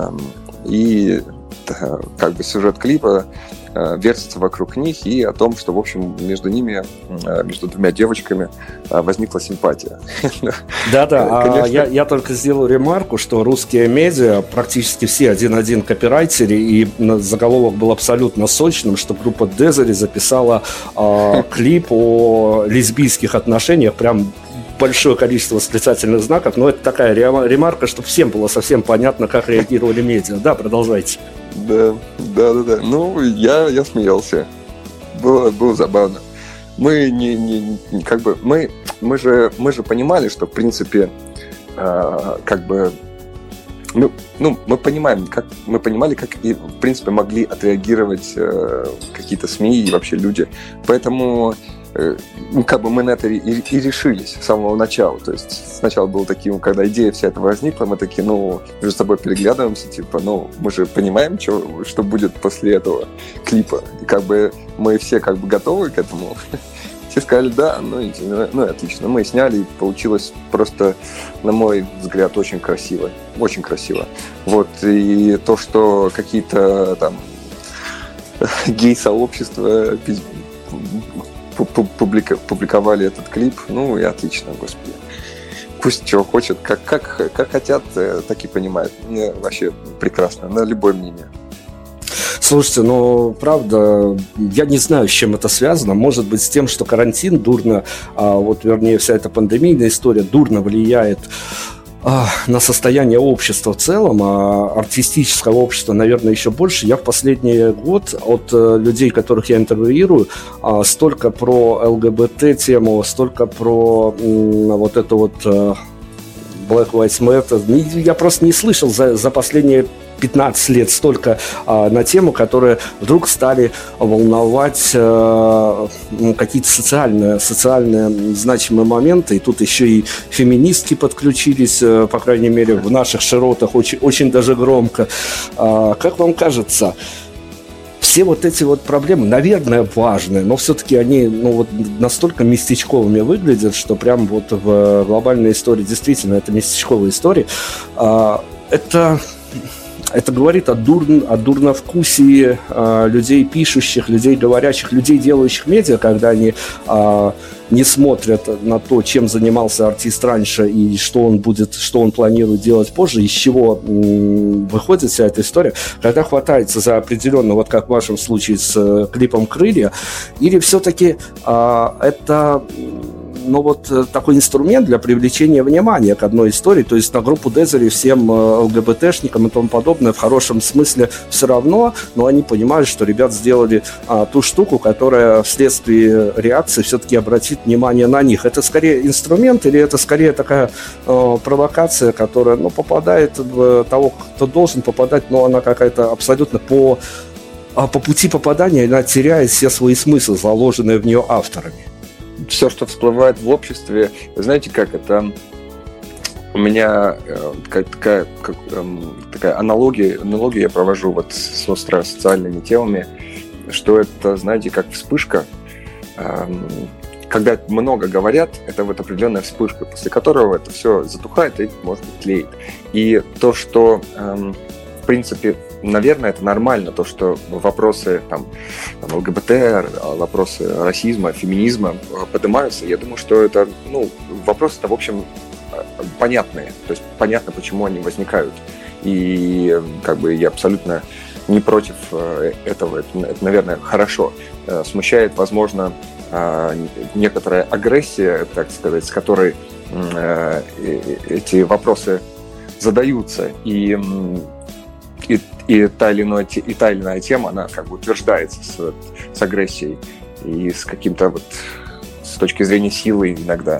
[SPEAKER 4] И как бы сюжет клипа вертится вокруг них и о том, что, в общем, между ними, между двумя девочками возникла симпатия.
[SPEAKER 3] Да-да, а я, я только сделаю ремарку, что русские медиа, практически все один-один копирайтеры, и заголовок был абсолютно сочным, что группа Дезери записала э, клип о лесбийских отношениях, прям большое количество восклицательных знаков, но это такая ремарка, чтобы всем было совсем понятно, как реагировали медиа. Да, продолжайте.
[SPEAKER 4] Да, да, да, да. Ну, я, я смеялся. Было, было забавно. Мы не, не, не как бы мы, мы же мы же понимали, что в принципе э, как бы ну, ну мы понимаем, как мы понимали, как и в принципе могли отреагировать э, какие-то СМИ и вообще люди. Поэтому ну, как бы мы на это и, и решились с самого начала. То есть сначала было таким, когда идея вся эта возникла, мы такие, ну, между собой переглядываемся, типа, ну, мы же понимаем, что, что будет после этого клипа. И как бы мы все как бы готовы к этому. Все сказали да, ну и, ну и отлично. Мы сняли, и получилось просто, на мой взгляд, очень красиво. Очень красиво. Вот, и то, что какие-то там гей-сообщества Публика, публиковали этот клип, ну и отлично, господи. Пусть чего хочет, как, как, как хотят, так и понимают. Мне вообще прекрасно, на любое мнение.
[SPEAKER 3] Слушайте, ну, правда, я не знаю, с чем это связано. Может быть, с тем, что карантин дурно, а, вот, вернее, вся эта пандемийная история дурно влияет на состояние общества в целом, а артистического общества, наверное, еще больше. Я в последний год от людей, которых я интервьюирую, столько про ЛГБТ-тему, столько про вот эту вот Black Lives Matter, я просто не слышал за, за последние пятнадцать лет столько а, на тему, которые вдруг стали волновать а, какие-то социальные, социальные значимые моменты. И тут еще и феминистки подключились, а, по крайней мере, в наших широтах очень, очень даже громко. А, как вам кажется, все вот эти вот проблемы, наверное, важные, но все-таки они ну, вот настолько местечковыми выглядят, что прям вот в глобальной истории действительно это местечковые истории. А, это... Это говорит о, дур... о дурновкусии э, людей пишущих, людей говорящих, людей делающих медиа, когда они э, не смотрят на то, чем занимался артист раньше и что он будет, что он планирует делать позже, из чего м- выходит вся эта история, когда хватается за определенно, вот как в вашем случае с э, клипом «Крылья», или все-таки э, это... но вот такой инструмент для привлечения внимания к одной истории, то есть на группу Дезери всем ЛГБТшникам и тому подобное в хорошем смысле все равно, но они понимают, что ребят сделали а, ту штуку, которая вследствие реакции все-таки обратит внимание на них. Это скорее инструмент или это скорее такая а, провокация, которая ну, попадает в того, кто должен попадать, но она какая-то абсолютно по, а, по пути попадания, она теряет все свои смыслы, заложенные в нее авторами.
[SPEAKER 4] Все, что всплывает в обществе, знаете, как это... У меня э, такая, как, э, такая аналогия, аналогия я провожу вот с остро-социальными темами, что это, знаете, как вспышка. Э, когда много говорят, это вот определенная вспышка, после которого это все затухает и, может быть, тлеет. И то, что, э, в принципе, наверное, это нормально, то, что вопросы там, там, ЛГБТ, вопросы расизма, феминизма поднимаются. Я думаю, что это, ну, вопросы-то, в общем, понятные. То есть понятно, почему они возникают. И как бы я абсолютно не против этого. Это, это наверное, хорошо. Смущает, возможно, некоторая агрессия, так сказать, с которой эти вопросы задаются. И И, и, та или иная, и та или иная тема, она как бы утверждается с, с агрессией и с каким-то вот с точки зрения силы иногда.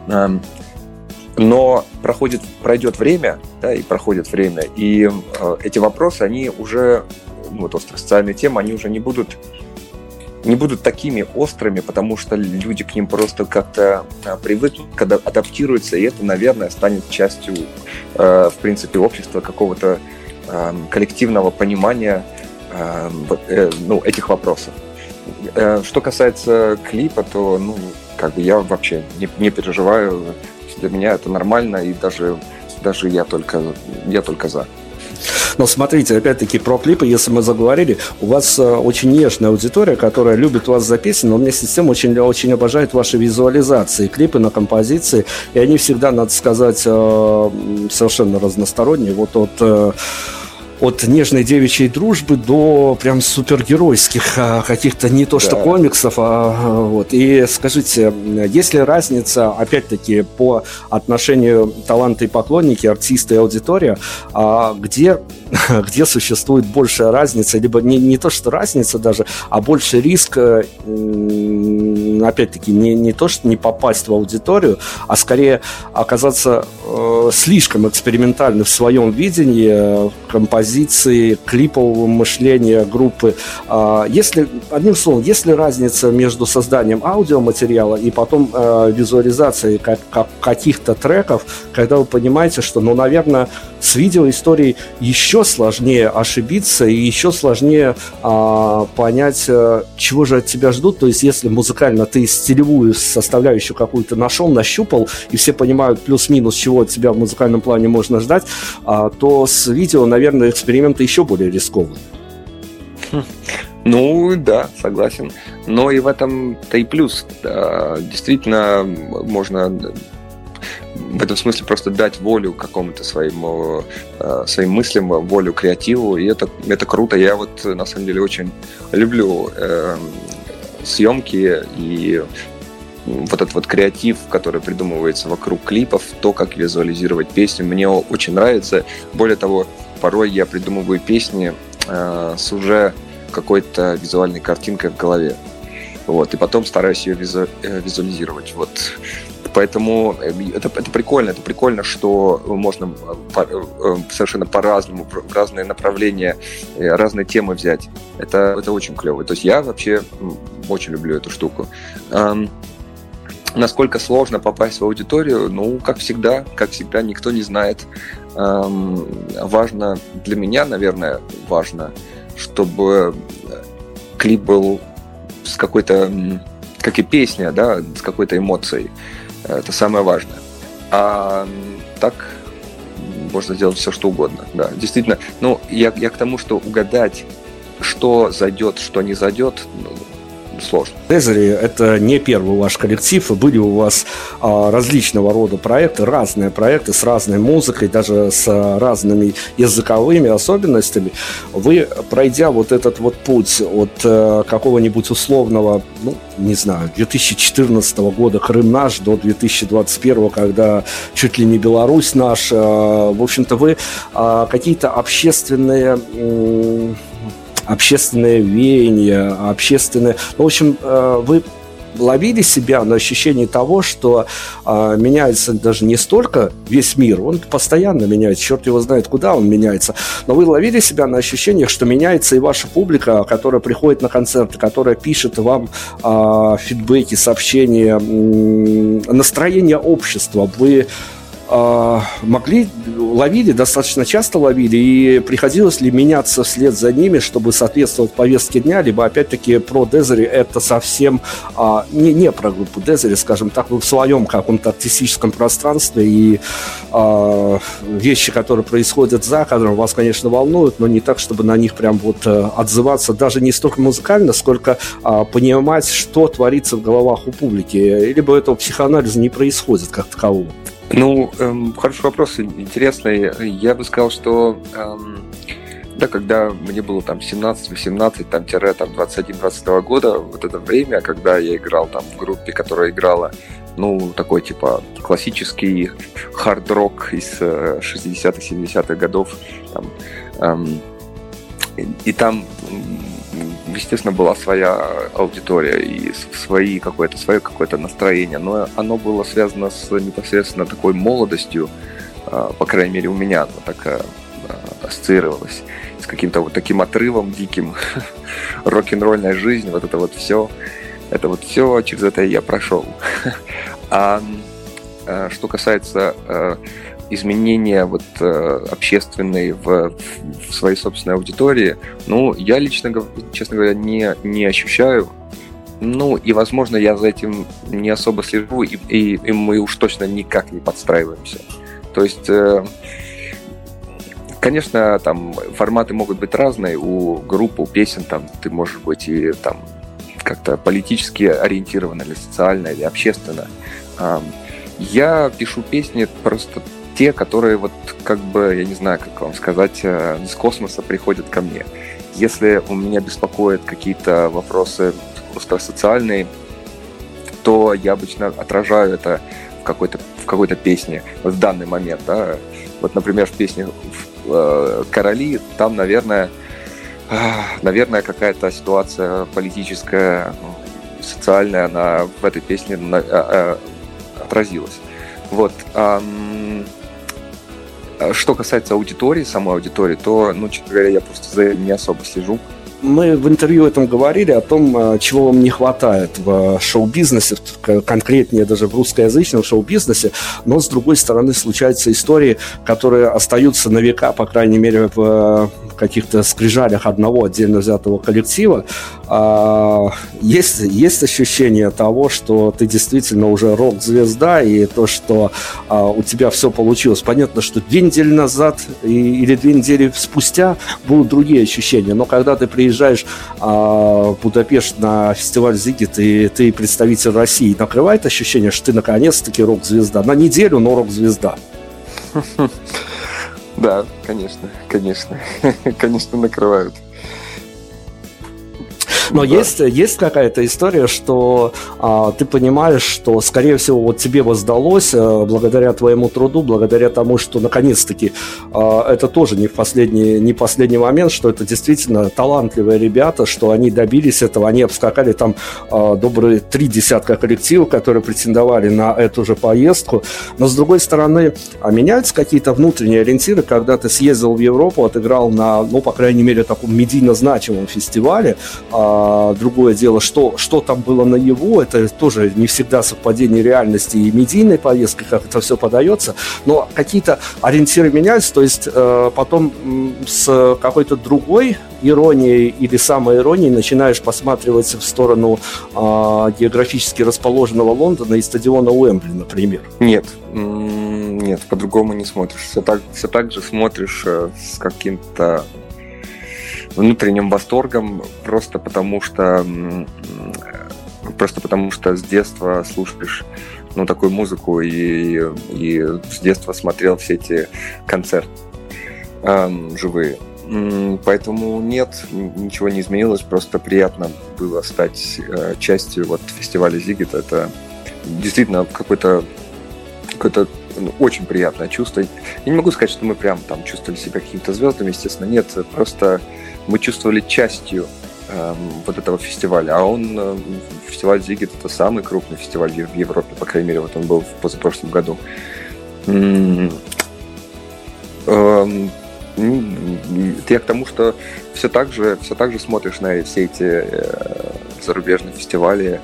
[SPEAKER 4] Но проходит, пройдет время, да, и проходит время, и эти вопросы, они уже, ну, вот остросоциальные темы, они уже не будут, не будут такими острыми, потому что люди к ним просто как-то привыкнут, когда адаптируются, и это, наверное, станет частью, в принципе, общества какого-то коллективного понимания э, ну, этих вопросов. Что касается клипа, то ну, как бы я вообще не, не переживаю. Для меня это нормально, и даже, даже я, только, я только за.
[SPEAKER 3] Но смотрите, опять-таки про клипы, если мы заговорили, у вас э, очень нежная аудитория, которая любит вас за песни, но вместе с тем очень, очень обожает ваши визуализации, клипы на композиции, и они всегда, надо сказать, э, совершенно разносторонние. Вот от... Э, От нежной девичьей дружбы до прям супергеройских а, каких-то не то что да. комиксов, а вот. И скажите, есть ли разница, опять-таки, по отношению таланта и поклонники, артисты и аудитория, а, где, где существует большая разница, либо не, не то что разница даже, а больше риск, опять-таки, не, не то что не попасть в аудиторию, а скорее оказаться э, слишком экспериментальным в своем видении композиции, клипового мышления группы. Если, одним словом, есть ли разница между созданием аудиоматериала и потом э, визуализацией как, как каких-то треков, когда вы понимаете, что, ну, наверное, с видеоисторией еще сложнее ошибиться и еще сложнее э, понять, э, чего же от тебя ждут. То есть, если музыкально ты стилевую составляющую какую-то нашел, нащупал, и все понимают плюс-минус, чего от тебя в музыкальном плане можно ждать, э, то с видео, наверное, эксперименты еще более рискованные.
[SPEAKER 4] Ну, да, согласен. Но и в этом-то и плюс. Да, действительно, можно в этом смысле просто дать волю какому-то своему, своим мыслям, волю креативу, и это, это круто. Я вот, на самом деле, очень люблю э, съемки и вот этот вот креатив, который придумывается вокруг клипов, то, как визуализировать песни, мне очень нравится. Более того, порой я придумываю песни э, с уже какой-то визуальной картинкой в голове. Вот, и потом стараюсь ее визу, э, визуализировать. Вот. Поэтому это, это прикольно, это прикольно, что можно по, совершенно по-разному, в разные направления, разные темы взять. Это, это очень клево. То есть я вообще очень люблю эту штуку. Насколько сложно попасть в аудиторию? Ну, как всегда, как всегда, никто не знает. Эм, важно, для меня, наверное, важно, чтобы клип был с какой-то, как и песня, да, с какой-то эмоцией. Это самое важное. А так можно сделать все, что угодно. Да, действительно, ну, я, я к тому, что угадать, что зайдет, что не зайдет, ну, сложно.
[SPEAKER 3] Desert — это не первый ваш коллектив, и были у вас а, различного рода проекты, разные проекты с разной музыкой, даже с а, разными языковыми особенностями. Вы, пройдя вот этот вот путь от а, какого-нибудь условного, ну, не знаю, две тысячи четырнадцатого года «Крым наш» до две тысячи двадцать первого, когда чуть ли не Беларусь наш, а, в общем-то, вы а, какие-то общественные... М- общественное веяние, общественное... В общем, вы ловили себя на ощущении того, что а, меняется даже не столько весь мир, он постоянно меняется, черт его знает, куда он меняется, но вы ловили себя на ощущениях, что меняется и ваша публика, которая приходит на концерты, которая пишет вам а, фидбэки, сообщения, м- настроение общества. Вы могли, ловили, достаточно часто ловили, и приходилось ли меняться вслед за ними, чтобы соответствовать повестке дня, либо, опять-таки, про Desert это совсем а, не, не про группу Desert, скажем так, вы в своем каком-то артистическом пространстве, и а, вещи, которые происходят за кадром, вас, конечно, волнуют, но не так, чтобы на них прям вот отзываться, даже не столько музыкально, сколько а, понимать, что творится в головах у публики, либо этого психоанализа не происходит как такового.
[SPEAKER 4] Ну, эм, хороший вопрос, интересный. Я бы сказал, что эм, да, когда мне было там семнадцать-восемнадцать, там, тире, там, двадцать один двадцать два года, вот это время, когда я играл там в группе, которая играла, ну, такой типа классический хард-рок из шестидесятых-семидесятых годов, там, эм, и, и там, естественно, была своя аудитория и свои какое-то, свое какое-то настроение, но оно было связано с непосредственно такой молодостью, по крайней мере, у меня оно так ассоциировалось, с каким-то вот таким отрывом диким, рок-н-ролльная жизнь, вот это вот все, это вот все, через это я прошел. А что касается изменения вот, э, общественной в, в своей собственной аудитории, ну, я лично, честно говоря, не, не ощущаю. Ну, и, возможно, я за этим не особо слежу, и, и, и мы уж точно никак не подстраиваемся. То есть, э, конечно, там форматы могут быть разные у группы, у песен, там, ты можешь быть и там как-то политически ориентирован, или социально, или общественно. Э, я пишу песни просто те, которые вот как бы, я не знаю, как вам сказать, из космоса приходят ко мне. Если у меня беспокоят какие-то вопросы просто социальные, то я обычно отражаю это в какой-то, в какой-то песне в данный момент. Да? Вот, например, в песне «Короли» там, наверное, наверное, какая-то ситуация политическая, социальная, она в этой песне отразилась. Вот. Что касается аудитории, самой аудитории, то, ну, честно говоря, я просто за этим не особо слежу.
[SPEAKER 3] Мы в интервью этом говорили, о том, чего вам не хватает в шоу-бизнесе, конкретнее даже в русскоязычном шоу-бизнесе, но, с другой стороны, случаются истории, которые остаются на века, по крайней мере, в каких-то скрижалях одного отдельно взятого коллектива. Есть, есть ощущение того, что ты действительно уже рок-звезда, и то, что у тебя все получилось. Понятно, что две недели назад или две недели спустя будут другие ощущения, но когда ты приезжаешь Приезжаешь а, в Будапешт на фестиваль Зигит, и ты представитель России, накрывает ощущение, что ты наконец-таки рок-звезда? На неделю, но рок-звезда.
[SPEAKER 4] Да, конечно, конечно. Конечно, накрывают.
[SPEAKER 3] Но да. есть, есть какая-то история, что а, ты понимаешь, что, скорее всего, вот тебе воздалось а, благодаря твоему труду, благодаря тому, что, наконец-таки, а, это тоже не в последний, не последний момент, что это действительно талантливые ребята, что они добились этого, они обскакали там а, добрые три десятка коллективов, которые претендовали на эту же поездку. Но, с другой стороны, а меняются какие-то внутренние ориентиры, когда ты съездил в Европу, отыграл на, ну, по крайней мере, таком медийно значимом фестивале. А, другое дело, что, что там было наяву, это тоже не всегда совпадение реальности и медийной поездки, как это все подается, но какие-то ориентиры меняются, то есть э, потом м, с какой-то другой иронией или самоиронией начинаешь посматривать в сторону э, географически расположенного Лондона и стадиона Уэмбли, например.
[SPEAKER 4] Нет, нет, по-другому не смотришь. Все так, все так же смотришь э, с каким-то внутренним восторгом, просто потому что просто потому что с детства слушаешь, ну, такую музыку и, и с детства смотрел все эти концерты эм, живые. Поэтому нет, ничего не изменилось, просто приятно было стать э, частью вот фестиваля Зигит. Это действительно какое-то, какое-то ну, очень приятное чувство. Я не могу сказать, что мы прям там чувствовали себя какими-то звездами, естественно, нет, просто мы чувствовали частью э, вот этого фестиваля, а он, э, фестиваль Зигит, это самый крупный фестиваль в Европе, по крайней мере, вот он был в позапрошлом году. М-м- э- Я к тому, что все так же, все так же смотришь на все эти э, зарубежные фестивали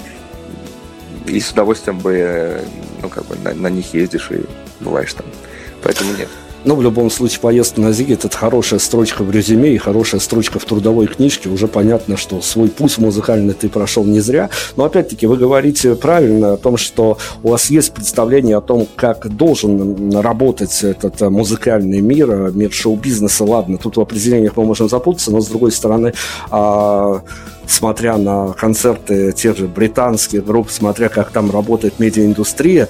[SPEAKER 4] и с удовольствием бы, ну, как бы на, на них ездишь и бываешь там. Поэтому нет.
[SPEAKER 3] Но в любом случае поездка на Зигит – это хорошая строчка в резюме и хорошая строчка в трудовой книжке. Уже понятно, что свой путь музыкальный ты прошел не зря. Но опять-таки вы говорите правильно о том, что у вас есть представление о том, как должен работать этот музыкальный мир, мир шоу-бизнеса. Ладно, тут в определениях мы можем запутаться, но с другой стороны, смотря на концерты тех же британских групп, смотря как там работает медиаиндустрия,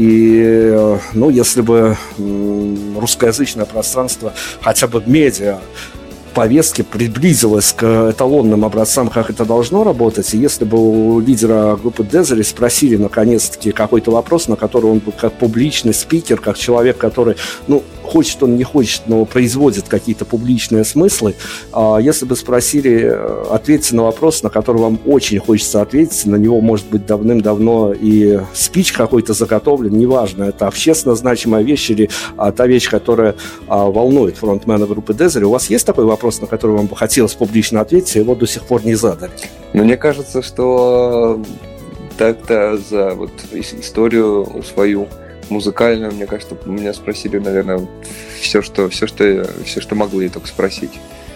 [SPEAKER 3] и, ну, если бы русскоязычное пространство хотя бы в медиа повестки приблизилась к эталонным образцам, как это должно работать, и если бы у лидера группы Desiree спросили наконец-таки какой-то вопрос, на который он бы как публичный спикер, как человек, который, ну, хочет он, не хочет, но производит какие-то публичные смыслы, если бы спросили, ответьте на вопрос, на который вам очень хочется ответить, на него, может быть, давным-давно и спич какой-то заготовлен, неважно, это общественно значимая вещь или та вещь, которая волнует фронтмена группы Desiree, у вас есть такой вопрос? Вопрос, на который вам бы хотелось публично ответить, его до сих пор не задали.
[SPEAKER 4] Но мне кажется, что так-то за вот историю свою музыкальную, мне кажется, меня спросили, наверное, все, что, все, что, все, что могли только спросить.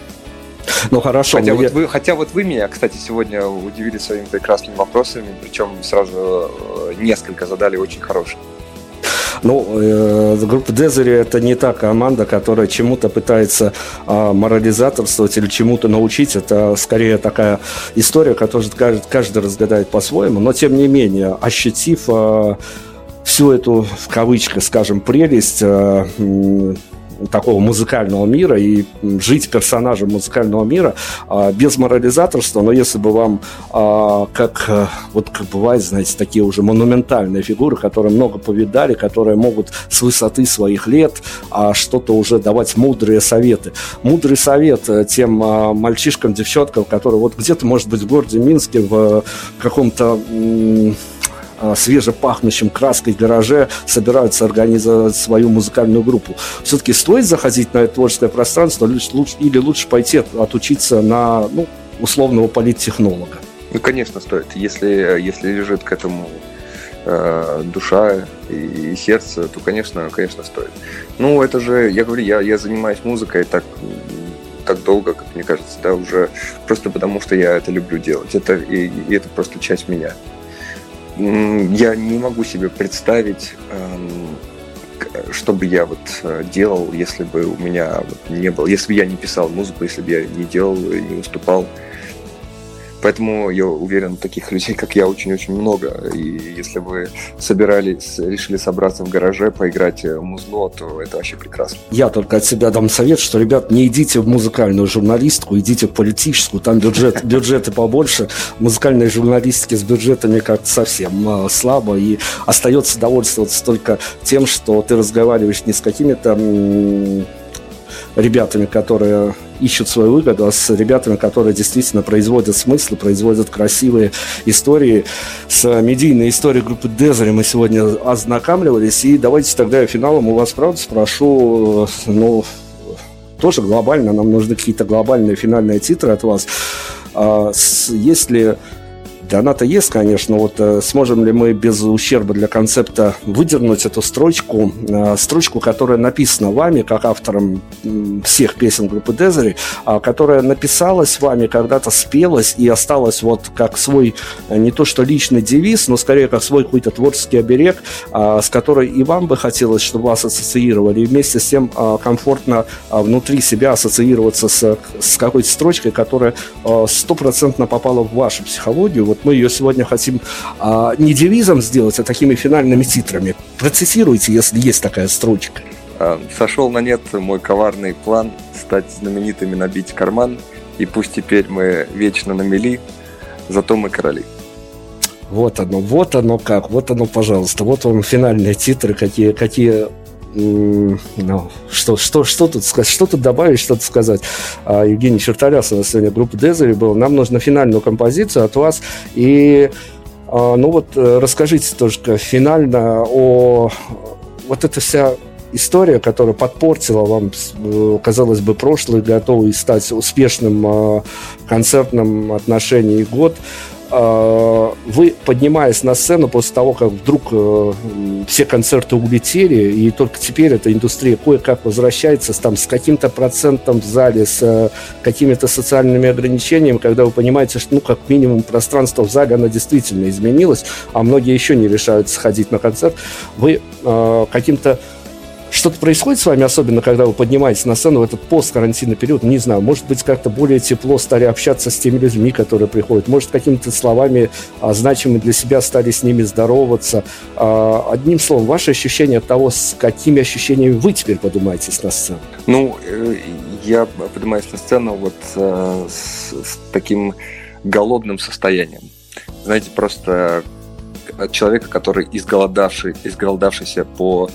[SPEAKER 3] Ну хорошо.
[SPEAKER 4] Хотя, вот
[SPEAKER 3] я...
[SPEAKER 4] вы, хотя вот вы меня, кстати, сегодня удивили своими прекрасными вопросами, причем сразу несколько задали очень хорошие.
[SPEAKER 3] Ну, э, группа Desiree — это не та команда, которая чему-то пытается э, морализаторствовать или чему-то научить. Это скорее такая история, которую каждый, каждый разгадает по-своему. Но, тем не менее, ощутив э, всю эту, в кавычках, скажем, прелесть э, такого музыкального мира и жить персонажем музыкального мира а, без морализаторства, но если бы вам, а, как вот как бывает, знаете, такие уже монументальные фигуры, которые много повидали, которые могут с высоты своих лет а, что-то уже давать мудрые советы. Мудрый совет тем а, мальчишкам, девчонкам, которые вот где-то, может быть, в городе Минске в каком-то м- свежепахнущем краской гараже собираются организовать свою музыкальную группу. Все-таки стоит заходить на это творческое пространство или лучше пойти отучиться на, ну, условного политтехнолога?
[SPEAKER 4] Ну, конечно, стоит. Если, если лежит к этому э, душа и, и сердце, то, конечно, конечно, стоит. Ну, это же, я говорю, я, я занимаюсь музыкой так, так долго, как мне кажется, да, уже просто потому, что я это люблю делать. Это, и, и это просто часть меня. Я не могу себе представить, что бы я вот делал, если бы у меня вот не было, если бы я не писал музыку, если бы я не делал, не выступал. Поэтому я уверен, таких людей, как я, очень-очень много. И если вы собирались, решили собраться в гараже, поиграть в музло, то это вообще прекрасно.
[SPEAKER 3] Я только от себя дам совет, что, ребят, не идите в музыкальную журналистику, идите в политическую, там бюджет, бюджеты побольше. Музыкальной журналистики с бюджетами как-то совсем слабо, и остается довольствоваться только тем, что ты разговариваешь не с какими-то м- ребятами, которые ищут свою выгоду, а с ребятами, которые действительно производят смыслы, производят красивые истории. С медийной историей группы Desert мы сегодня ознакомливались, и давайте тогда я финалом у вас, правда, спрошу, ну, тоже глобально, нам нужны какие-то глобальные финальные титры от вас. А, с, если... Она-то есть, конечно, вот э, сможем ли мы без ущерба для концепта выдернуть эту строчку, э, строчку, которая написана вами, как автором э, всех песен группы Desert, э, которая написалась вами, когда-то спелась и осталась вот как свой, э, не то что личный девиз, но скорее как свой какой-то творческий оберег, э, с которой и вам бы хотелось, чтобы вас ассоциировали, и вместе с тем э, комфортно э, внутри себя ассоциироваться с, с какой-то строчкой, которая стопроцентно э, попала в вашу психологию. Вот мы ее сегодня хотим а, не девизом сделать, а такими финальными титрами. Процессируйте, если есть такая строчка.
[SPEAKER 4] Сошел на нет мой коварный план стать знаменитыми, набить карман, и пусть теперь мы вечно на мели, зато мы короли.
[SPEAKER 3] Вот оно, вот оно как, вот оно, пожалуйста, вот вам финальные титры, какие, какие Ну, что, что, что, тут сказать, что тут добавить, что-то сказать. а, Евгений Черталяс у нас сегодня, группа Desert был. Нам нужно финальную композицию от вас. И, а, ну вот, расскажите тоже финально о... Вот эта вся история, которая подпортила вам, казалось бы, прошлый, готовый стать успешным а, в концертном отношении год. Вы, поднимаясь на сцену после того, как вдруг э, все концерты улетели, и только теперь эта индустрия кое-как возвращается с, там, с каким-то процентом в зале, с э, какими-то социальными ограничениями, когда вы понимаете, что, ну, как минимум, пространство в зале, оно действительно изменилось, а многие еще не решаются ходить на концерт, вы э, каким-то... Что-то происходит с вами, особенно когда вы поднимаетесь на сцену в этот посткарантинный период, не знаю, может быть, как-то более тепло стали общаться с теми людьми, которые приходят, может, какими-то словами а, значимыми для себя стали с ними здороваться. А, одним словом, ваши ощущения от того, с какими ощущениями вы теперь поднимаетесь на сцену?
[SPEAKER 4] Ну, я поднимаюсь на сцену вот с, с таким голодным состоянием. Знаете, просто человека, который изголодавший, изголодавшийся по...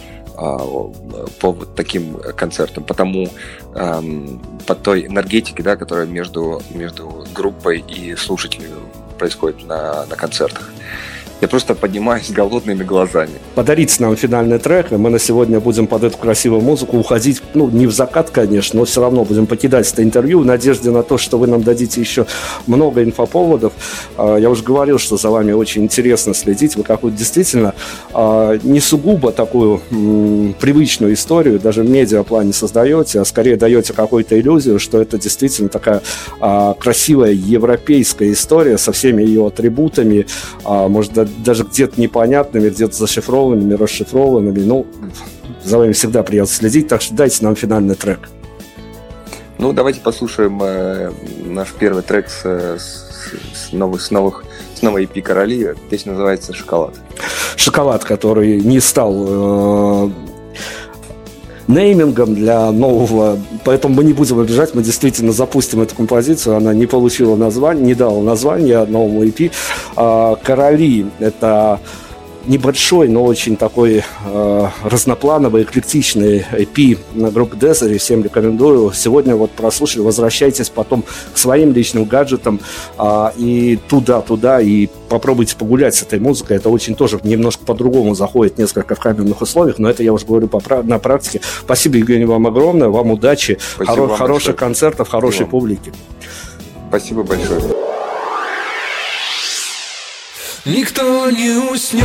[SPEAKER 4] по вот таким концертам, по тому, эм, по той энергетике, да, которая между, между группой и слушателем происходит на, на концертах. Я просто поднимаюсь голодными глазами.
[SPEAKER 3] Подарите нам финальный трек, и мы на сегодня будем под эту красивую музыку уходить, ну, не в закат, конечно, но все равно будем покидать это интервью в надежде на то, что вы нам дадите еще много инфоповодов. Я уже говорил, что за вами очень интересно следить. Вы какую-то действительно не сугубо такую м, привычную историю, даже в медиаплане создаете, а скорее даете какую-то иллюзию, что это действительно такая а, красивая европейская история со всеми ее атрибутами, а, может, даже где-то непонятными, где-то зашифрованными, расшифрованными. Ну, за вами всегда приятно следить, так что дайте нам финальный трек.
[SPEAKER 4] Ну, давайте послушаем э, наш первый трек с, с, с, новых, с, новых, с новой и пи «Короли». Песня называется «Шоколад». «Шоколад»,
[SPEAKER 3] который не стал... Э- неймингом для нового, поэтому мы не будем обижать, мы действительно запустим эту композицию, она не получила название, не дала название новому и пи. «Короли» — это небольшой, но очень такой э, разноплановый, эклектичный и пи на группе Desert, всем рекомендую. Сегодня вот прослушали, возвращайтесь потом к своим личным гаджетам э, и туда-туда, и попробуйте погулять с этой музыкой. Это очень тоже немножко по-другому заходит, несколько в камерных условиях, но это я уже говорю по, на практике. Спасибо, Евгений, вам огромное, вам удачи, хоро- вам хороших большое. концертов, хорошей Спасибо. публики.
[SPEAKER 4] Спасибо большое.
[SPEAKER 2] Никто не уснет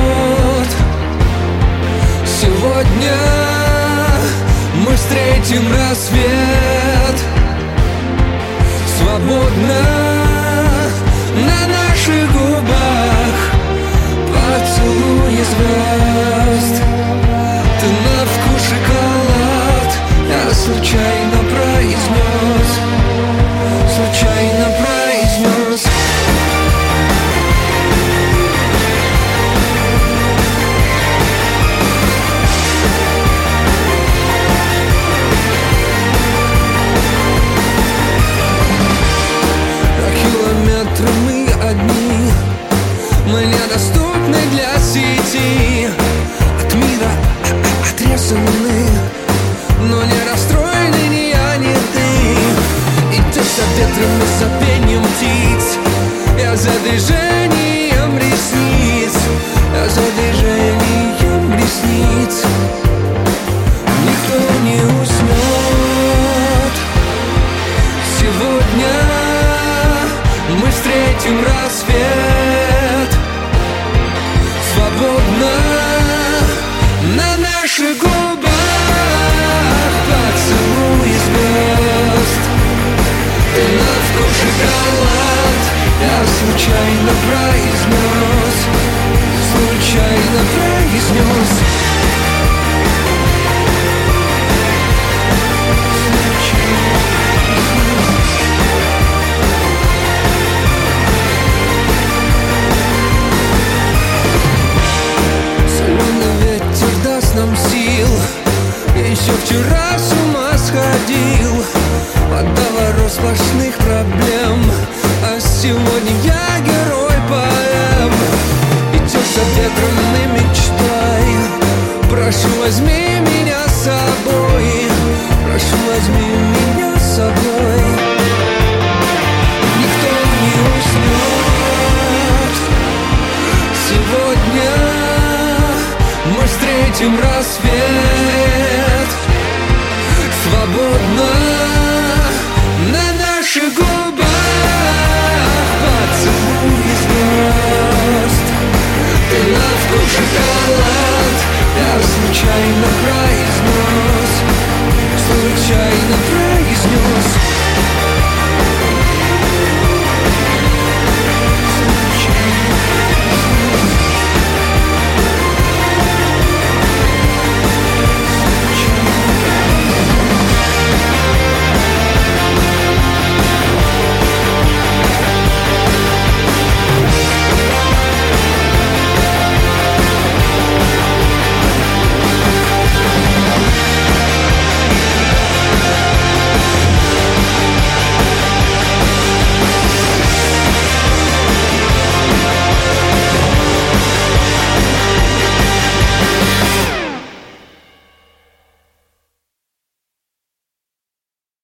[SPEAKER 2] сегодня. Мы встретим рассвет свободно на наших губах. Поцелуй звезд. Ты на вкус шоколад. Я случайно произнес, случайно произнес. Прошу, возьми меня с собой, прошу, возьми меня с собой. Никто не уснет. Сегодня мы встретим рассвет. Свободно на наших губах поцелуй звезд. Ты на вкус шоколад.